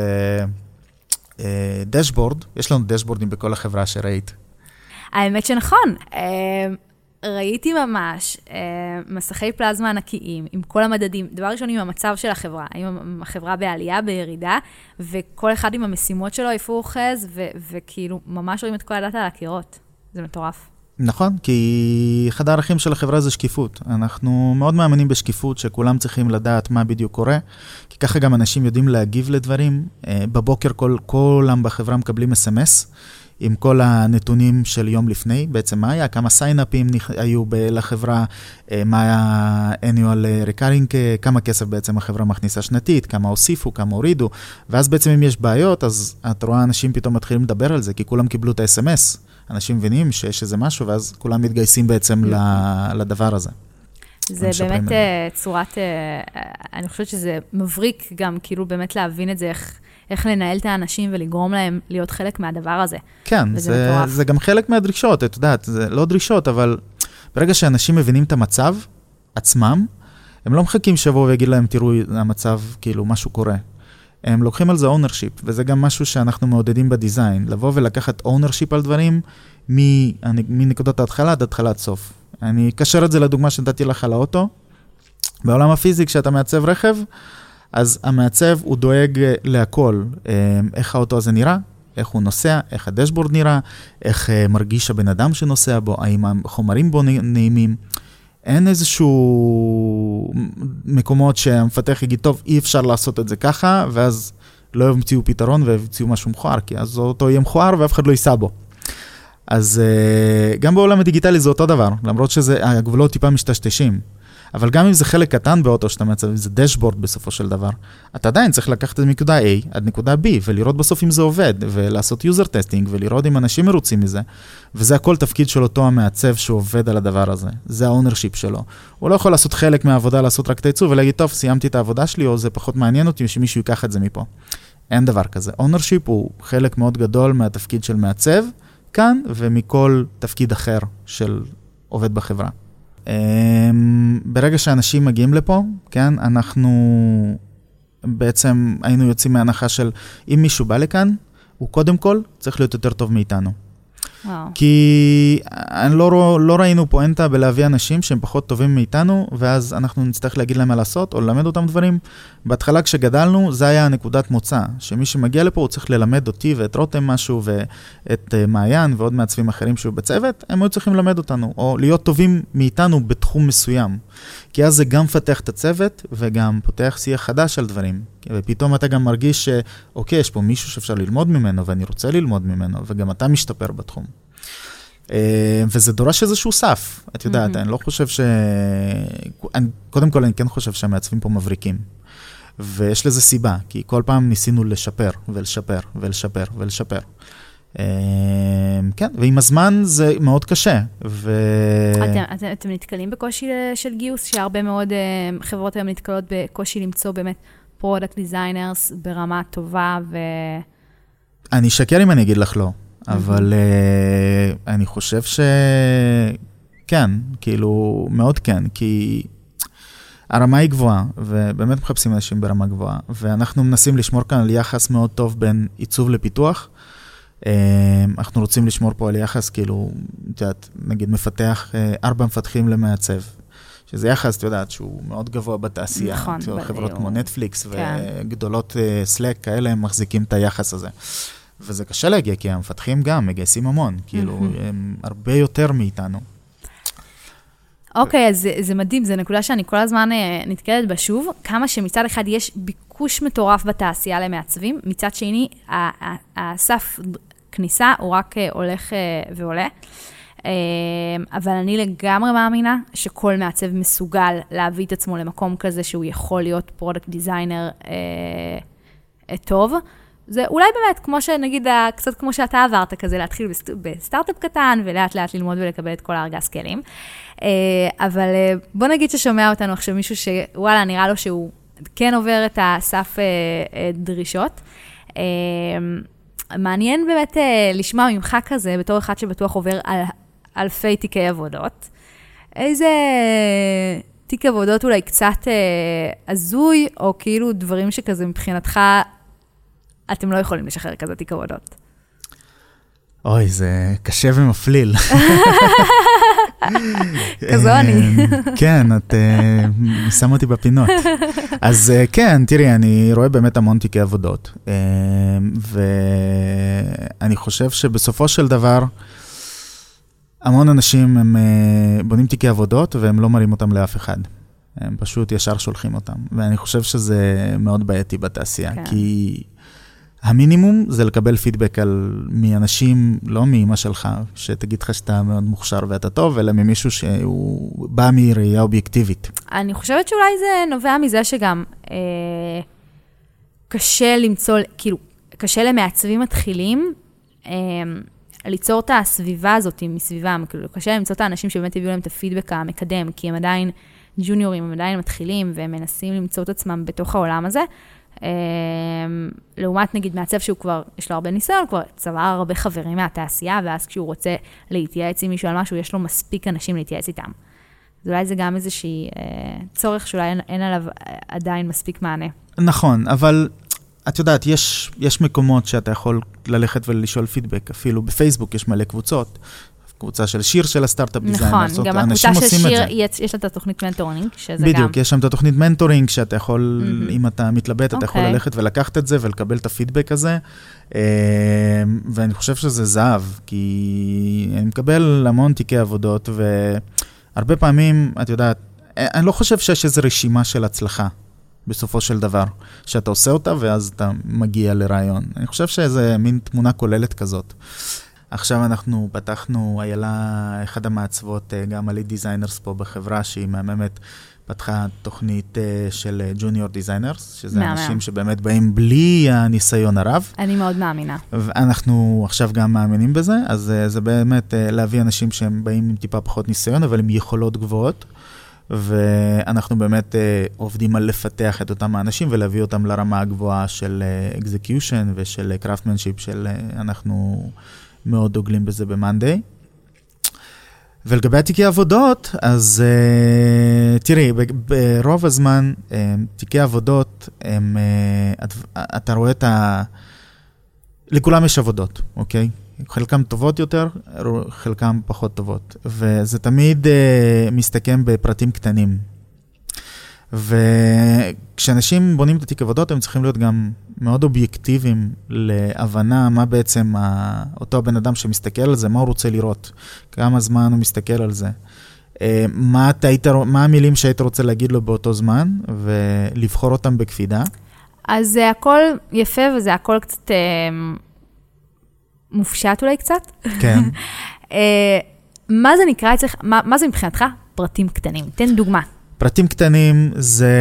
[SPEAKER 1] דשבורד, יש לנו דשבורדים בכל החברה שראית.
[SPEAKER 3] האמת שנכון, ראיתי ממש מסכי פלזמה ענקיים, עם כל המדדים, דבר ראשון עם המצב של החברה, עם החברה בעלייה, בירידה, וכל אחד עם המשימות שלו איפה הוא אוחז, וכאילו ממש רואים את כל הדאטה על הקירות. זה מטורף.
[SPEAKER 1] נכון, כי אחד הערכים של החברה זה שקיפות. אנחנו מאוד מאמינים בשקיפות, שכולם צריכים לדעת מה בדיוק קורה, כי ככה גם אנשים יודעים להגיב לדברים. בבוקר כולם בחברה מקבלים SMS, עם כל הנתונים של יום לפני, בעצם מה היה, כמה סיינאפים היו לחברה, מה היה annual recurring, כמה כסף בעצם החברה מכניסה שנתית, כמה הוסיפו, כמה הורידו, ואז בעצם אם יש בעיות, אז את רואה אנשים פתאום מתחילים לדבר על זה, כי כולם קיבלו את ה-SMS, אנשים מבינים שיש איזה משהו, ואז כולם מתגייסים בעצם לדבר הזה.
[SPEAKER 3] זה באמת צורת, אני חושבת שזה מבריק גם, כאילו באמת להבין את זה, איך לנהל את האנשים ולגרום להם להיות חלק מהדבר הזה.
[SPEAKER 1] כן, זה גם חלק מהדרישות, את יודעת, זה לא דרישות, אבל ברגע שאנשים מבינים את המצב עצמם, הם לא מחכים שבוע ויגיד להם, תראו, המצב, כאילו, משהו קורה. הם לוקחים על זה ownership, וזה גם משהו שאנחנו מעודדים בדיזיין, לבוא ולקחת ownership על דברים מנקודות ההתחלה עד התחלת סוף. אני אקשר את זה לדוגמה שנתתי לך על האוטו. בעולם הפיזיק, כשאתה מעצב רכב, אז המעצב הוא דואג להכל, איך האוטו הזה נראה, איך הוא נוסע, איך הדשבורד נראה, איך מרגיש הבן אדם שנוסע בו, האם החומרים בו נעימים. אין איזשהו מקומות שהמפתח יגיד, טוב, אי אפשר לעשות את זה ככה, ואז לא ימציאו פתרון וימציאו משהו מכוער, כי אז אותו יהיה מכוער ואף אחד לא ייסע בו. אז גם בעולם הדיגיטלי זה אותו דבר, למרות שהגבולות טיפה משתשתשים. אבל גם אם זה חלק קטן באוטו שאתה מעצב, אם זה דשבורד בסופו של דבר, אתה עדיין צריך לקחת את נקודה A עד נקודה B, ולראות בסוף אם זה עובד, ולעשות user testing, ולראות אם אנשים מרוצים מזה. וזה הכל תפקיד של אותו המעצב שעובד על הדבר הזה. זה ה-ownership שלו. הוא לא יכול לעשות חלק מהעבודה, לעשות רק את הייצור, ולהגיד, טוב, סיימתי את העבודה שלי, או זה פחות מעניין אותי, שמישהו ייקח את זה מפה. אין דבר כזה. ownership הוא חלק מאוד גדול מהתפקיד של מעצב, כאן, ומכל תפקיד אחר של עובד בחברה. ברגע שאנשים מגיעים לפה, כן, אנחנו בעצם היינו יוצאים מהנחה של אם מישהו בא לכאן, הוא קודם כל צריך להיות יותר טוב מאיתנו.
[SPEAKER 3] וואו.
[SPEAKER 1] כי לא ראינו פואנטה בלהביא אנשים שהם פחות טובים מאיתנו, ואז אנחנו נצטרך להגיד להם מה לעשות, או ללמד אותם דברים. בהתחלה כשגדלנו, זה היה נקודת מוצא, שמי שמגיע לפה הוא צריך ללמד אותי ואת רותם משהו, ואת מעיין ועוד מעצבים אחרים שהוא בצוות, הם היו צריכים ללמד אותנו, או להיות טובים מאיתנו בתחום מסוים. כי אז זה גם פתח את הצוות, וגם פותח שיח חדש על דברים. ופתאום אתה גם מרגיש שאוקיי, יש פה מישהו שאפשר ללמוד ממנו, ואני רוצה ללמוד ממנו, וגם אתה משתפר בתחום. וזה דורש איזשהו סף. את יודעת, אני לא חושב קודם כל אני כן חושב שהמעצבים פה מבריקים. ויש לזה סיבה, כי כל פעם ניסינו לשפר, ולשפר, ולשפר, ולשפר. כן, ועם הזמן זה מאוד קשה.
[SPEAKER 3] אתם נתקלים בקושי של גיוס, שהרבה מאוד חברות היום נתקלות בקושי למצוא באמת פרודקט דיזיינרס ברמה טובה
[SPEAKER 1] אני אשקר אם אני אגיד לך לא, אבל אני חושב שכן, כאילו מאוד כן, כי הרמה היא גבוהה, ובאמת מחפשים אנשים ברמה גבוהה, ואנחנו מנסים לשמור כאן על יחס מאוד טוב בין עיצוב לפיתוח. אנחנו רוצים לשמור פה על יחס, כאילו, נגיד מפתח 4 מפתחים למעצב, שזה יחס, אתה יודעת, שהוא מאוד גבוה בתעשייה.
[SPEAKER 3] נכון.
[SPEAKER 1] חברות כמו נטפליקס וגדולות סלק כאלה, הם מחזיקים את היחס הזה. וזה קשה להגיע, כי המפתחים גם מגייסים המון, כאילו, הם הרבה יותר מאיתנו.
[SPEAKER 3] אוקיי, אז זה מדהים, זו נקודה שאני כל הזמן נתקלת בה שוב, כמה שמצד אחד יש ביקוש מטורף בתעשייה למעצבים, מצד שני, הסף כניסה הוא רק הולך ועולה, אבל אני לגמרי מאמינה שכל מעצב מסוגל להביא את עצמו למקום כזה שהוא יכול להיות פרודקט דיזיינר טוב. זה אולי באמת, כמו שנגיד, קצת כמו שאתה עברת כזה, להתחיל בסטארט-אפ קטן, ולאט לאט ללמוד ולקבל את כל הארגז כלים. אבל בוא נגיד ששומע אותנו עכשיו מישהו שוואלה, נראה לו שהוא כן עובר את הסף דרישות. מעניין באמת לשמוע ממך כזה, בתור אחד שבטוח עובר על אלפי תיקי עבודות. איזה תיק עבודות אולי קצת הזוי, או כאילו דברים שכזה מבחינתך, אתם לא יכולים לשחרר כזה תיק עבודות.
[SPEAKER 1] אוי, זה קשה ומפליל.
[SPEAKER 3] כזו אני.
[SPEAKER 1] כן, את שם אותי בפינות. אז כן, תראי, אני רואה באמת המון תיקי עבודות. ואני חושב שבסופו של דבר, המון אנשים הם בונים תיקי עבודות, והם לא מראים אותם לאף אחד. הם פשוט ישר שולחים אותם. ואני חושב שזה מאוד בעייתי בתעשייה, כי המינימום זה לקבל פידבק מאנשים, לא מאמא שלך, שתגיד לך שאתה מאוד מוכשר ואתה טוב, אלא ממישהו שהוא בא מראייה אובייקטיבית.
[SPEAKER 3] אני חושבת שאולי זה נובע מזה שגם קשה למצוא, כאילו, קשה למעצבים מתחילים, ליצור את הסביבה הזאת מסביבם, כאילו, קשה למצוא את האנשים שבאמת הביאו להם את הפידבק המקדם, כי הם עדיין ג'וניורים, הם עדיין מתחילים, והם מנסים למצוא את עצמם בתוך העולם הזה. לעומת נגיד מעצב שהוא כבר, יש לו הרבה ניסיון, כבר צבר הרבה חברים מהתעשייה, ואז כשהוא רוצה להתייעץ עם מישהו על משהו, יש לו מספיק אנשים להתייעץ איתם. אז אולי זה גם איזושהי צורך שאולי אין עליו עדיין מספיק מענה.
[SPEAKER 1] נכון, אבל את יודעת, יש מקומות שאתה יכול ללכת ולשאול פידבק, אפילו בפייסבוק יש מלא קבוצות, קבוצה של שיר של הסטארט-אפ דיזיינר.
[SPEAKER 3] נכון, גם הקבוצה של שיר, יש לה את התוכנית מנטורינג, שזה גם...
[SPEAKER 1] בדיוק, יש שם את התוכנית מנטורינג, שאתה יכול, אם אתה מתלבט, אתה יכול ללכת ולקחת את זה, ולקבל את הפידבק הזה, ואני חושב שזה זהב, כי אני מקבל המון תיקי עבודות, והרבה פעמים, את יודעת, אני לא חושב שיש איזו רשימה של הצלחה, בסופו של דבר, שאתה עושה אותה, ואז אתה מגיע לרעיון. אני חושב שזה מין תמונה כוללת כזאת. עכשיו אנחנו פתחנו, איילה, אחד המעצבות, גם הליד דיזיינרס פה בחברה, שהיא מהממת, פתחה תוכנית של ג'וניור דיזיינרס, שזה אנשים שבאמת באים בלי הניסיון הרב.
[SPEAKER 3] אני מאוד מאמינה.
[SPEAKER 1] ואנחנו עכשיו גם מאמינים בזה, אז זה באמת להביא אנשים שהם באים עם טיפה פחות ניסיון, אבל עם יכולות גבוהות, ואנחנו באמת עובדים על לפתח את אותם האנשים, ולהביא אותם לרמה הגבוהה של execution ושל craftsmanship, של אנחנו מאוד דוגלים בזה במאנדיי. ולגבי התיקי עבודות, אז תראי, ברוב הזמן, תיקי עבודות, אתה רואה את לכולם יש עבודות, אוקיי? חלקם טובות יותר, חלקם פחות טובות. וזה תמיד מסתכם בפרטים קטנים. וכשאנשים בונים את התיק עבודות, הם צריכים להיות גם מאוד אובייקטיביים להבנה מה בעצם אותו הבן אדם שמסתכל על זה, מה הוא רוצה לראות, כמה זמן הוא מסתכל על זה. מה המילים שהיית רוצה להגיד לו באותו זמן, ולבחור אותם בקפידה.
[SPEAKER 3] אז זה הכל יפה, וזה הכל קצת מופשט אולי קצת.
[SPEAKER 1] כן.
[SPEAKER 3] מה זה נקרא אצלך, מה זה מבחינתך? פרטים קטנים. תן דוגמה.
[SPEAKER 1] פרטים קטנים זה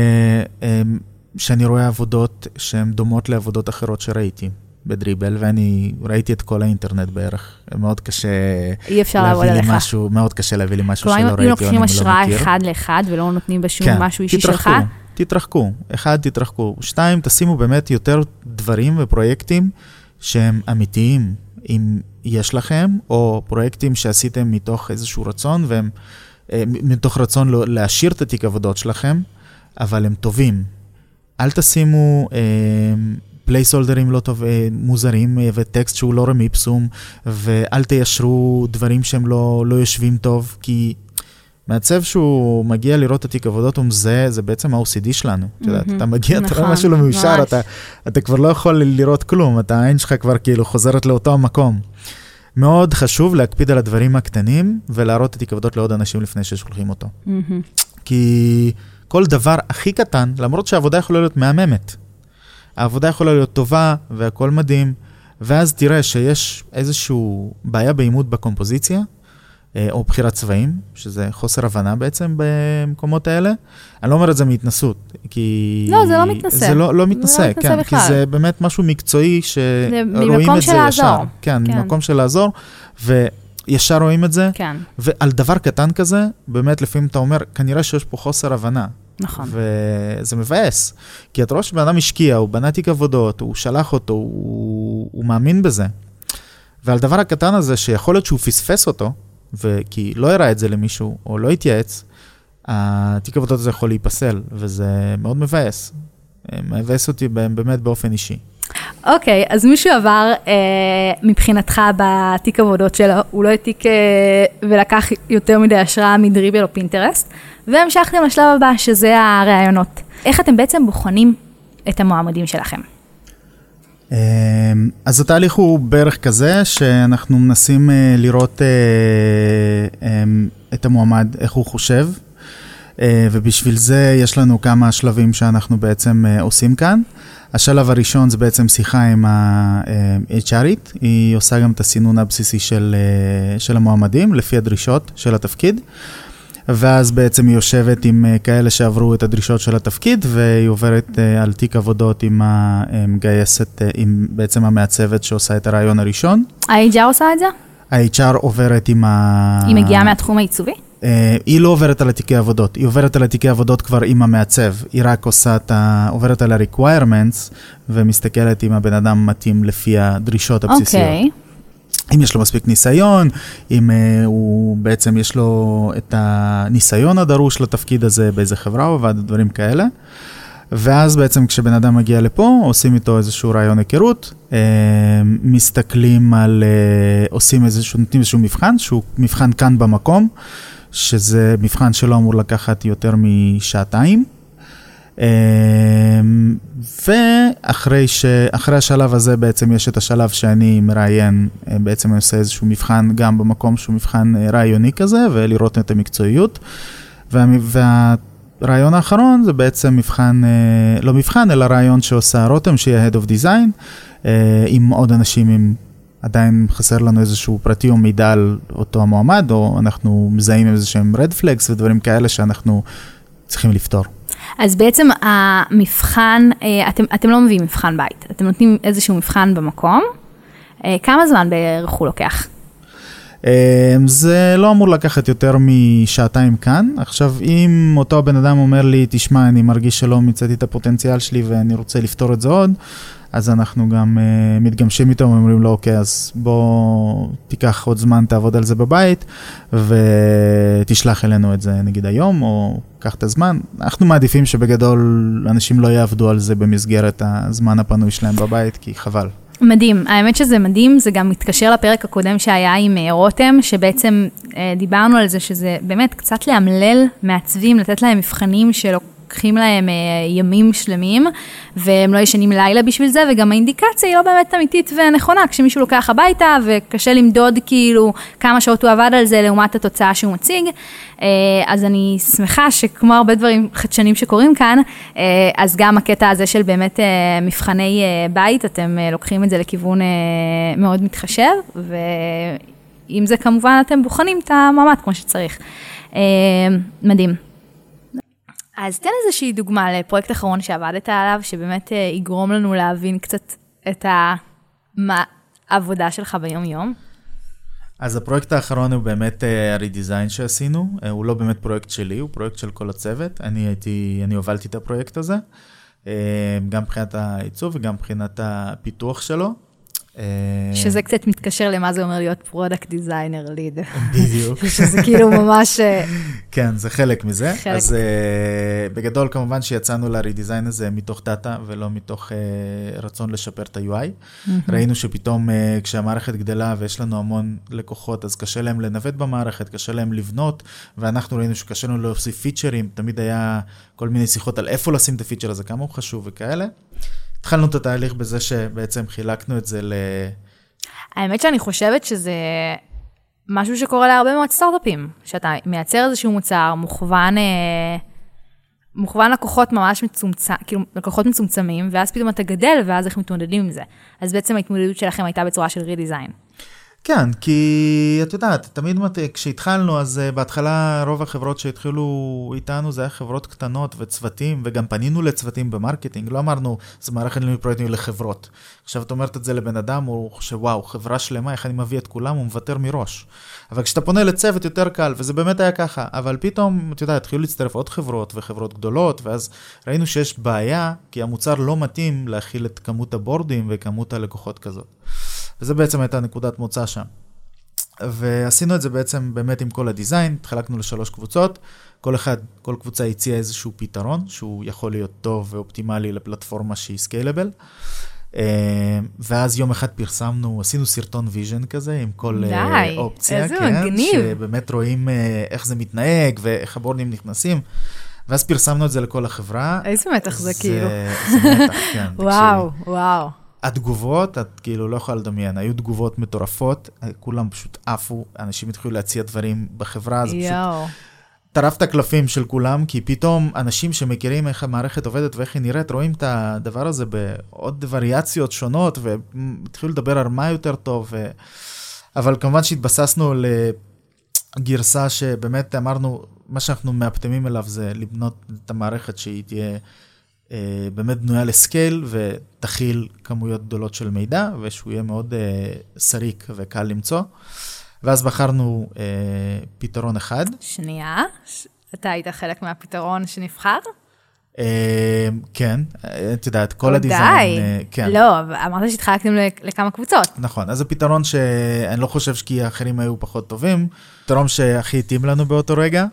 [SPEAKER 1] שאני רואה עבודות שהן דומות לעבודות אחרות שראיתי בדריבל, ואני ראיתי את כל האינטרנט בערך. מאוד קשה להביא לי משהו, מאוד קשה להביא לי משהו שלא ראיתי או אני לא מכיר.
[SPEAKER 3] אם לוקחים השראה אחד לאחד ולא נותנים בשום משהו אישי שלך?
[SPEAKER 1] תתרחקו. אחד, תתרחקו. שתיים, תשימו באמת יותר דברים ופרויקטים שהם אמיתיים, אם יש לכם, או פרויקטים שעשיתם מתוך איזשהו רצון, והם מתוך רצון להשאיר את התיק עבודות שלכם, אבל הם טובים. אל תשימו פלייסולדרים לא טוב, מוזרים, וטקסט שהוא לא רמי פסום, ואל תיישרו דברים שהם לא יושבים טוב, כי מעצב שהוא מגיע לראות את התיק עבודות, זה בעצם ה-OCD שלנו. אתה מגיע, אתה רואה משהו לא מיושר, אתה כבר לא יכול לראות כלום, העין שלך כבר כאילו חוזרת לאותו המקום. מאוד חשוב להקפיד על הדברים הקטנים, ולהראות את התיק עבודות לעוד אנשים לפני ששולחים אותו. כי כל דבר הכי קטן, למרות שהעבודה יכולה להיות מהממת, העבודה יכולה להיות טובה, והכל מדהים, ואז תראה שיש איזשהו בעיה בעימות בקומפוזיציה, או בחירת צבעים, שזה חוסר הבנה בעצם במקומות האלה. אני לא אומר את זה מהתנסות, כי...
[SPEAKER 3] לא, זה לא מתנסה.
[SPEAKER 1] זה לא מתנסה, כן, כי זה באמת משהו מקצועי שרואים את זה ישר. כן, ממקום של לעזור, וישר רואים את זה.
[SPEAKER 3] כן.
[SPEAKER 1] ועל דבר קטן כזה, באמת לפעמים אתה אומר, כנראה שיש פה חוסר הבנה.
[SPEAKER 3] נכון.
[SPEAKER 1] וזה מבאס. כי אתה רואה שבן אדם השקיע, הוא בנה תיק עבודות, הוא שלח אותו, הוא מאמין בזה. ועל דבר הקטן הזה, שיכול להיות שהוא פספס אותו, וכי לא הראה את זה למישהו, או לא התייעץ, התיק עבודות הזה יכול להיפסל, וזה מאוד מבאס. מבאס אותי באמת באופן אישי.
[SPEAKER 3] אוקיי, אז מישהו עבר מבחינתך בתיק עבודות שלו, הוא לא העתיק ולקח יותר מדי השראה מדריבל או פינטרסט, והמשכתם לשלב הבא, שזה הרעיונות. איך אתם בעצם בוחנים את המועמדים שלכם?
[SPEAKER 1] אז התהליך הוא בערך כזה, שאנחנו מנסים לראות את המועמד, איך הוא חושב, ובשביל זה יש לנו כמה שלבים שאנחנו בעצם עושים כאן. השלב הראשון זה בעצם שיחה עם ה-HRית, היא עושה גם את הסינון הבסיסי של המועמדים, לפי הדרישות של התפקיד, ואז בעצם היא יושבת עם כאלה שעברו את הדרישות של התפקיד, והיא עוברת על תיק עבודות עם המגייסת, עם בעצם המעצבת שעושה את הרעיון הראשון.
[SPEAKER 3] ה-HR עושה את זה?
[SPEAKER 1] ה-HR עוברת עם
[SPEAKER 3] היא מגיעה מהתחום העיצובי?
[SPEAKER 1] היא לא עוברת על התיקי עבודות, היא עוברת על התיקי עבודות כבר עם המעצב, היא רק עוברת על ה-requirements, ומסתכלת אם הבן אדם מתאים לפי הדרישות הבסיסיות. אוקיי. אם יש לו מספיק ניסיון, אם הוא בעצם יש לו את הניסיון הדרוש לתפקיד הזה באיזה חברה או ועד דברים כאלה. ואז בעצם כשבן אדם מגיע לפה, עושים איתו איזשהו רעיון היכרות, מסתכלים על, נותנים איזשהו מבחן, שהוא מבחן כאן במקום, שזה מבחן שלא אמור לקחת יותר משעתיים. ואחרי השלב הזה בעצם יש את השלב שאני מראיין, בעצם אני עושה איזשהו מבחן גם במקום שהוא מבחן רעיוני כזה, ולראות את המקצועיות. והרעיון האחרון זה בעצם מבחן, לא מבחן, אלא רעיון שעושה רותם, שהיא ה-Head of Design, עם עוד אנשים, עם עדיין חסר לנו איזשהו פרטי או מידע על אותו המועמד, או אנחנו מזהים איזשהם red flags ודברים כאלה שאנחנו צריכים לפתור.
[SPEAKER 3] אז בעצם המבחן, אתם לא מביאים מבחן בית, אתם נותנים איזשהו מבחן במקום, כמה זמן בערך הוא לוקח?
[SPEAKER 1] זה לא אמור לקחת יותר משעתיים כאן. עכשיו, אם אותו בן אדם אומר לי, תשמע, אני מרגיש שלא מצאתי את הפוטנציאל שלי ואני רוצה לפתור את זה עוד, אז אנחנו גם מתגמשים איתו ואומרים לו, אוקיי, אז בוא תיקח עוד זמן, תעבוד על זה בבית, ותשלח אלינו את זה נגיד היום, או קח את הזמן. אנחנו מעדיפים שבגדול אנשים לא יעבדו על זה במסגרת הזמן הפנוי שלהם בבית, כי חבל.
[SPEAKER 3] מדהים, האמת שזה מדהים, זה גם מתקשר לפרק הקודם שהיה עם רותם, שבעצם דיברנו על זה שזה באמת קצת להמלל מעצבים, לתת להם מבחנים שלוקחים להם ימים שלמים, והם לא ישנים לילה בשביל זה, וגם האינדיקציה היא לא באמת אמיתית ונכונה, כשמישהו לוקח הביתה וקשה למדוד כאילו כמה שעות הוא עבד על זה לעומת התוצאה שהוא מציג, אז אני שמחה שכמו הרבה דברים חדשנים שקורים כאן, אז גם הקטע הזה של באמת מבחני בית, אתם לוקחים את זה לכיוון מאוד מתחשב, ואם זה כמובן אתם בוחנים את המעמד כמו שצריך. מדהים. אז תן איזושהי דוגמה לפרויקט אחרון שעבדת עליו, שבאמת יגרום לנו להבין קצת את העבודה שלך ביום יום.
[SPEAKER 1] אז הפרויקט האחרון הוא באמת הרידיזיין שעשינו, הוא לא באמת פרויקט שלי, הוא פרויקט של כל הצוות, אני הובלתי את הפרויקט הזה, גם מבחינת העיצוב וגם מבחינת הפיתוח שלו.
[SPEAKER 3] שזה קצת מתקשר למה זה אומר להיות פרודקט דיזיינר ליד.
[SPEAKER 1] בדיוק.
[SPEAKER 3] שזה כאילו ממש...
[SPEAKER 1] כן, זה חלק מזה. אז בגדול כמובן שיצאנו לרידיזיין הזה מתוך דאטה ולא מתוך רצון לשפר את ה-UI. ראינו שפתאום כשהמערכת גדלה ויש לנו המון לקוחות, אז קשה להם לנווט במערכת, קשה להם לבנות, ואנחנו ראינו שקשה לנו להוסיף פיצ'רים, תמיד היה כל מיני שיחות על איפה לשים את הפיצ'ר הזה, כמה הוא חשוב וכאלה. התחלנו את התהליך בזה שבעצם חילקנו את זה
[SPEAKER 3] האמת שאני חושבת שזה משהו שקורה להרבה מאוד סטארט-אפים, שאתה מייצר איזשהו מוצר, מוכוון לקוחות ממש כאילו לקוחות מצומצמים, ואז פתאום אתה גדל, ואז איך מתמודדים עם זה. אז בעצם ההתמודדות שלכם הייתה בצורה של רידיזיין.
[SPEAKER 1] כן, כי את יודעת, תמיד כשהתחלנו, אז בהתחלה רוב החברות שהתחילו איתנו, זה היה חברות קטנות וצוותים, וגם פנינו לצוותים במרקטינג, לא אמרנו, זה מערכת לימוד פרויקטים לחברות. עכשיו את אומרת את זה לבן אדם, הוא חושב, וואו, חברה שלמה, איך אני מביא את כולם, הוא מוותר מראש. אבל כשאתה פונה לצוות יותר קל, וזה באמת היה ככה, אבל פתאום, את יודעת, התחילו להצטרף עוד חברות וחברות גדולות, ואז ראינו שיש בעיה, כי המוצר לא מתאים להכיל את כמות הבורדים וכמות הלקוחות כזאת. וזה בעצם הייתה נקודת מוצא שם. ועשינו את זה בעצם באמת עם כל הדיזיין, התחלקנו ל3 קבוצות, כל קבוצה הציעה איזשהו פתרון, שהוא יכול להיות טוב ואופטימלי לפלטפורמה שהיא סקיילבל, ואז יום אחד פרסמנו, עשינו סרטון ויז'ן כזה, עם כל אופציה,
[SPEAKER 3] איזה
[SPEAKER 1] כן,
[SPEAKER 3] מגניב.
[SPEAKER 1] שבאמת רואים איך זה מתנהג, ואיך הבורדים נכנסים, ואז פרסמנו את זה לכל החברה.
[SPEAKER 3] איזה מתח זה כאילו.
[SPEAKER 1] זה מתח, כן.
[SPEAKER 3] וואו.
[SPEAKER 1] התגובות, את כאילו לא יכולה לדמיין, היו תגובות מטורפות, כולם פשוט עפו, אנשים התחילו להציע דברים בחברה, זה פשוט טרף את הקלפים של כולם, כי פתאום אנשים שמכירים איך המערכת עובדת ואיך היא נראית, רואים את הדבר הזה בעוד וריאציות שונות, והתחילו לדבר על מה יותר טוב, אבל כמובן שהתבססנו לגרסה שבאמת אמרנו, מה שאנחנו מאפטמים אליו זה לבנות את המערכת שהיא תהיה באמת בנויה לסקייל ותכיל כמויות גדולות של מידע, ושהוא יהיה מאוד סריק וקל למצוא. ואז בחרנו פתרון אחד.
[SPEAKER 3] שנייה, אתה היית חלק מהפתרון שנבחר?
[SPEAKER 1] כן, את יודעת, כל הדיזיין. כן.
[SPEAKER 3] לא, אמרת שהתחלקתם לכמה קבוצות.
[SPEAKER 1] נכון, אז הפתרון שאני לא חושב כי האחרים היו פחות טובים, פתרון שהכי התאים לנו באותו רגע,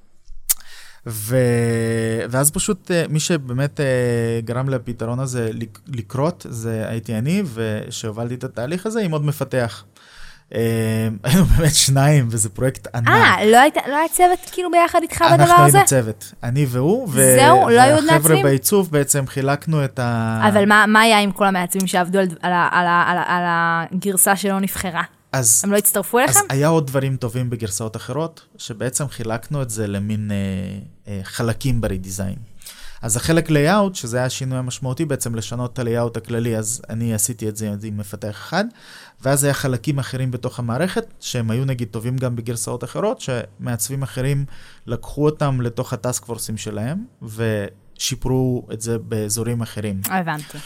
[SPEAKER 1] ואז פשוט מי שבאמת גרם לפתרון הזה לקרות, זה הייתי אני, ושהובלתי את התהליך הזה עם עוד מפתח. היינו באמת 2, וזה פרויקט ענק.
[SPEAKER 3] לא היה צוות כאילו ביחד איתך בדבר הזה?
[SPEAKER 1] אנחנו היינו צוות, אני והוא, והחבר'ה בעיצוב בעצם חילקנו את
[SPEAKER 3] אבל מה היה עם כל המעצבים שעבדו על הגרסה שלא נבחרה? הם לא הצטרפו אליכם?
[SPEAKER 1] אז היה עוד דברים טובים בגרסאות אחרות, שבעצם חילקנו את זה למין חלקים ברידיזיין. אז החלק לייאוט, שזה היה השינוי המשמעותי, בעצם לשנות את הלייאוט הכללי, אז אני עשיתי את זה עם מפתח אחד, ואז היה חלקים אחרים בתוך המערכת, שהם היו נגיד טובים גם בגרסאות אחרות, שמעצבים אחרים לקחו אותם לתוך הטאסק פורסים שלהם, ושיפרו את זה באזורים אחרים.
[SPEAKER 3] הבנתי.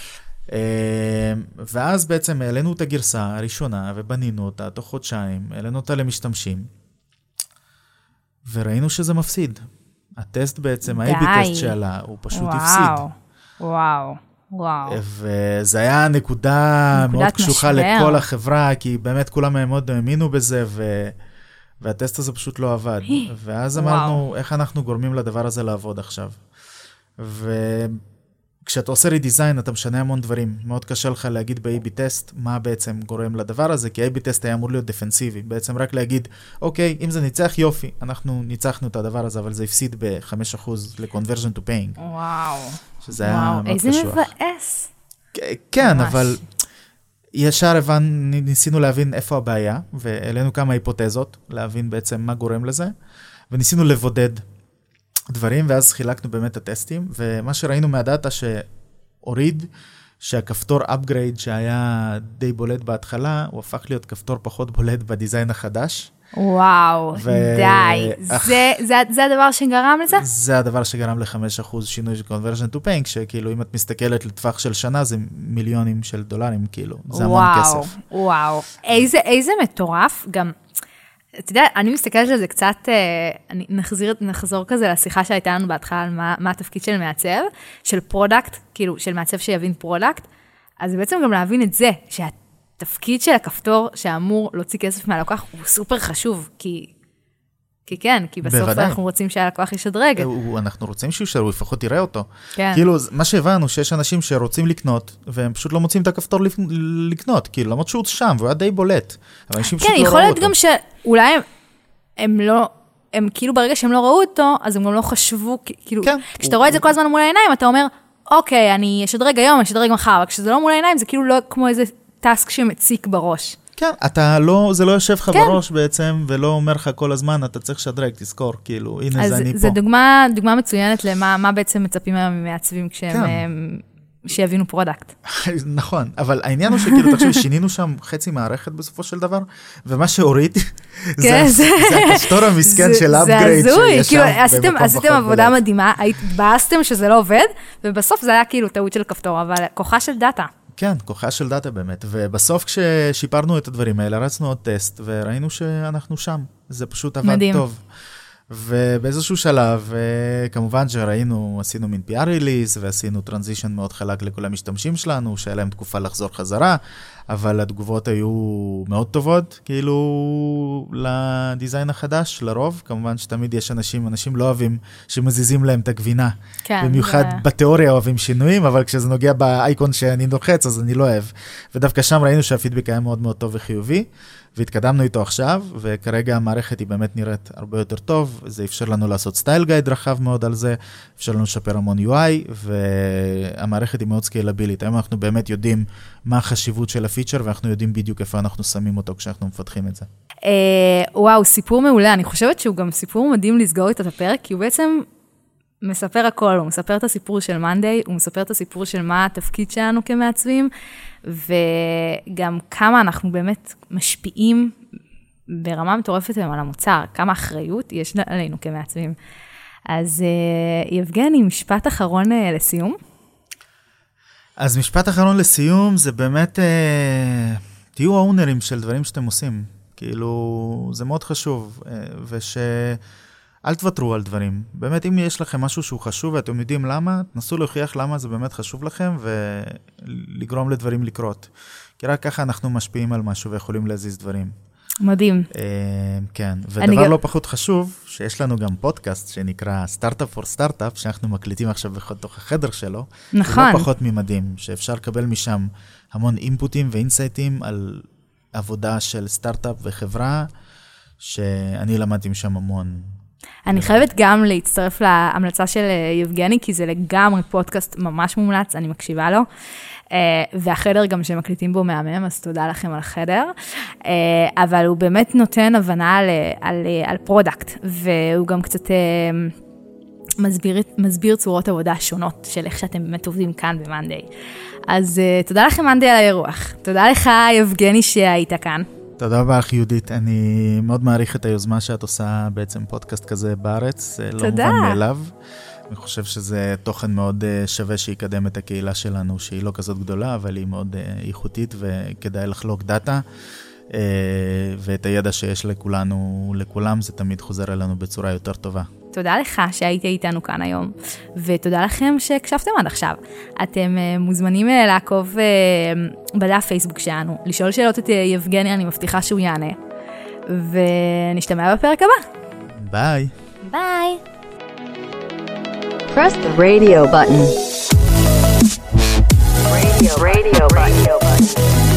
[SPEAKER 1] ואז בעצם העלינו את הגרסה הראשונה, ובנינו אותה תוך חודשיים, העלינו אותה למשתמשים, וראינו שזה מפסיד. הטסט בעצם, ה-AB טסט שעלה, הוא פשוט הפסיד.
[SPEAKER 3] וואו.
[SPEAKER 1] וזה היה נקודה מאוד קשוחה לכל החברה, כי באמת כולם מאוד האמינו בזה, והטסט הזה פשוט לא עבד. ואז אמרנו, איך אנחנו גורמים לדבר הזה לעבוד עכשיו? כשאתה עושה רידיזיין, אתה משנה המון דברים. מאוד קשה לך להגיד ב-A/B טסט מה בעצם גורם לדבר הזה, כי A/B טסט היה אמור להיות דפנסיבי. בעצם רק להגיד, אוקיי, אם זה ניצח, יופי, אנחנו ניצחנו את הדבר הזה, אבל זה הפסיד ב-5% ל-conversion to paying.
[SPEAKER 3] וואו.
[SPEAKER 1] שזה היה מאוד קשוח.
[SPEAKER 3] איזה מבאס.
[SPEAKER 1] כן, אבל ישר ניסינו להבין איפה הבעיה, והעלינו כמה היפותזות, להבין בעצם מה גורם לזה, וניסינו לבודד דברים, ואז חילקנו באמת את הטסטים, ומה שראינו מהדאטה שהוריד, שהכפתור upgrade שהיה די בולט בהתחלה, הוא הפך להיות כפתור פחות בולט בדיזיין החדש.
[SPEAKER 3] וואו, די. זה הדבר שגרם לזה?
[SPEAKER 1] זה הדבר שגרם ל-5% שינוי של conversion to paying, שכאילו אם את מסתכלת לטווח של שנה, זה מיליונים של דולרים, כאילו, זה המון כסף.
[SPEAKER 3] וואו, איזה מטורף, גם, אתה יודע, אני מסתכלת על זה קצת, נחזור כזה לשיחה שהייתה לנו בהתחלה, על מה התפקיד של מעצב, של פרודקט, כאילו, של מעצב שיבין פרודקט, אז בעצם גם להבין את זה, שהתפקיד של הכפתור שאמור להוציא כסף מהלקוח, הוא סופר חשוב, כי בסוף אנחנו רוצים שהלקוח ישדרג.
[SPEAKER 1] אנחנו רוצים שהוא ישדרג, הוא לפחות יראה אותו.
[SPEAKER 3] כן.
[SPEAKER 1] כאילו, מה שהבנו, שיש אנשים שרוצים לקנות, והם פשוט לא מוצאים את הכפתור לקנות, כאילו, למרות שהוא שם, והוא היה די בולט.
[SPEAKER 3] כן, יכול להיות גם שאולי הם לא, הם כאילו ברגע שהם לא ראו אותו, אז הם גם לא חשבו, כאילו, כשאתה רואה את זה כל הזמן מול העיניים, אתה אומר, אוקיי, אני אשדרג היום, אני אשדרג מחר, אבל כשזה לא מול העיניים, זה כאילו לא כמו איזה טאסק שמציק בראש.
[SPEAKER 1] כן, זה לא יושב לך בראש בעצם, ולא אומר לך כל הזמן, אתה צריך לשדרג, תזכור, כאילו, הנה זה אני פה.
[SPEAKER 3] אז זו דוגמה מצוינת למה בעצם מצפים היום ממעצבים כשהם שיבינו פרודקט.
[SPEAKER 1] נכון, אבל העניין הוא שכאילו, תחשבי, שינינו שם חצי מערכת בסופו של דבר, ומה שהוריד, זה הכפתור המסכן של upgrade שישב במקום פחות.
[SPEAKER 3] עשיתם עבודה מדהימה, התבאסתם שזה לא עובד, ובסוף זה היה כאילו טעות של כפתור, אבל כוחה של דאטה.
[SPEAKER 1] כן, כוחה של דאטה באמת, ובסוף כששיפרנו את הדברים האלה, רצנו עוד טסט, וראינו שאנחנו שם, זה פשוט עבד מדהים. טוב. ובאיזשהו שלב, כמובן שראינו, עשינו מין PR release, ועשינו טרנזישן מאוד חלק לכל המשתמשים שלנו, שהיה להם תקופה לחזור חזרה, אבל התגובות היו מאוד טובות, כאילו, לדיזיין החדש, לרוב. כמובן שתמיד יש אנשים לא אוהבים שמזיזים להם את הגבינה. כן. במיוחד בתיאוריה אוהבים שינויים, אבל כשזה נוגע באייקון שאני נוחץ, אז אני לא אוהב. ודווקא שם ראינו שהפידבק היה מאוד מאוד טוב וחיובי, והתקדמנו איתו עכשיו, וכרגע המערכת היא באמת נראית הרבה יותר טוב, זה אפשר לנו לעשות סטייל גייד רחב מאוד על זה, אפשר לנו לשפר המון UI, והמערכת היא מאוד סקיילבילית. היום אנחנו באמת יודעים מה החשיבות של הפיצ'ר, ואנחנו יודעים בדיוק איפה אנחנו שמים אותו כשאנחנו מפתחים את זה.
[SPEAKER 3] וואו, סיפור מעולה. אני חושבת שהוא גם סיפור מדהים לסגור את הפרק, כי הוא בעצם מספר הכל, הוא מספר את הסיפור של מאנדיי, הוא מספר את הסיפור של מה התפקיד שלנו כמעצבים, וגם כמה אנחנו באמת משפיעים ברמה מטורפת על המוצר, כמה אחריות יש עלינו כמעצבים. אז יבגני, משפט אחרון לסיום?
[SPEAKER 1] אז משפט אחרון לסיום זה באמת, תהיו האונרים של דברים שאתם עושים. כאילו, זה מאוד חשוב, אל תוותרו על דברים. באמת, אם יש לכם משהו שהוא חשוב ואתם יודעים למה, תנסו להוכיח למה זה באמת חשוב לכם, ולגרום לדברים לקרות. כי רק ככה אנחנו משפיעים על משהו ויכולים להזיז דברים.
[SPEAKER 3] מדהים.
[SPEAKER 1] כן, ודבר לא פחות חשוב, שיש לנו גם פודקאסט שנקרא Startup for Startup, שאנחנו מקליטים עכשיו בתוך החדר שלו.
[SPEAKER 3] נכון.
[SPEAKER 1] זה לא פחות ממדהים, שאפשר לקבל משם המון אינפוטים ואינסייטים על עבודה של סטארט-אפ וחברה, שאני למדתי משם המון.
[SPEAKER 3] אני חייבת גם להצטרף להמלצה של יבגני, כי זה לגמרי פודקאסט ממש מומלץ, אני מקשיבה לו, והחדר גם שמקליטים בו מהמם, אז תודה לכם על החדר, אבל הוא באמת נותן הבנה על פרודקט, והוא גם קצת מסביר צורות עבודה שונות, של איך שאתם באמת עובדים כאן במאנדיי. אז תודה לכם מאנדיי על האירוח, תודה לך יבגני שהיית כאן.
[SPEAKER 1] תודה רבה לך יהודית, אני מאוד מעריך את היוזמה שאת עושה בעצם פודקאסט כזה בארץ, לא מובן מאליו. אני חושב שזה תוכן מאוד שווה שיקדם את הקהילה שלנו, שהיא לא כזאת גדולה, אבל היא מאוד איכותית וכדאי לחלוק דאטה, ואת הידע שיש לכולם זה תמיד חוזר אלינו בצורה יותר טובה.
[SPEAKER 3] תודה לך שהיית איתנו כאן היום, ותודה לכם שהקשבתם עד עכשיו. אתם מוזמנים לעקוב בדף פייסבוק שלנו, לשאול שאלות את יבגני, אני מבטיחה שהוא יענה. ונשתמע בפרק הבא.
[SPEAKER 1] ביי.
[SPEAKER 3] ביי.
[SPEAKER 2] Press the radio button. Radio button.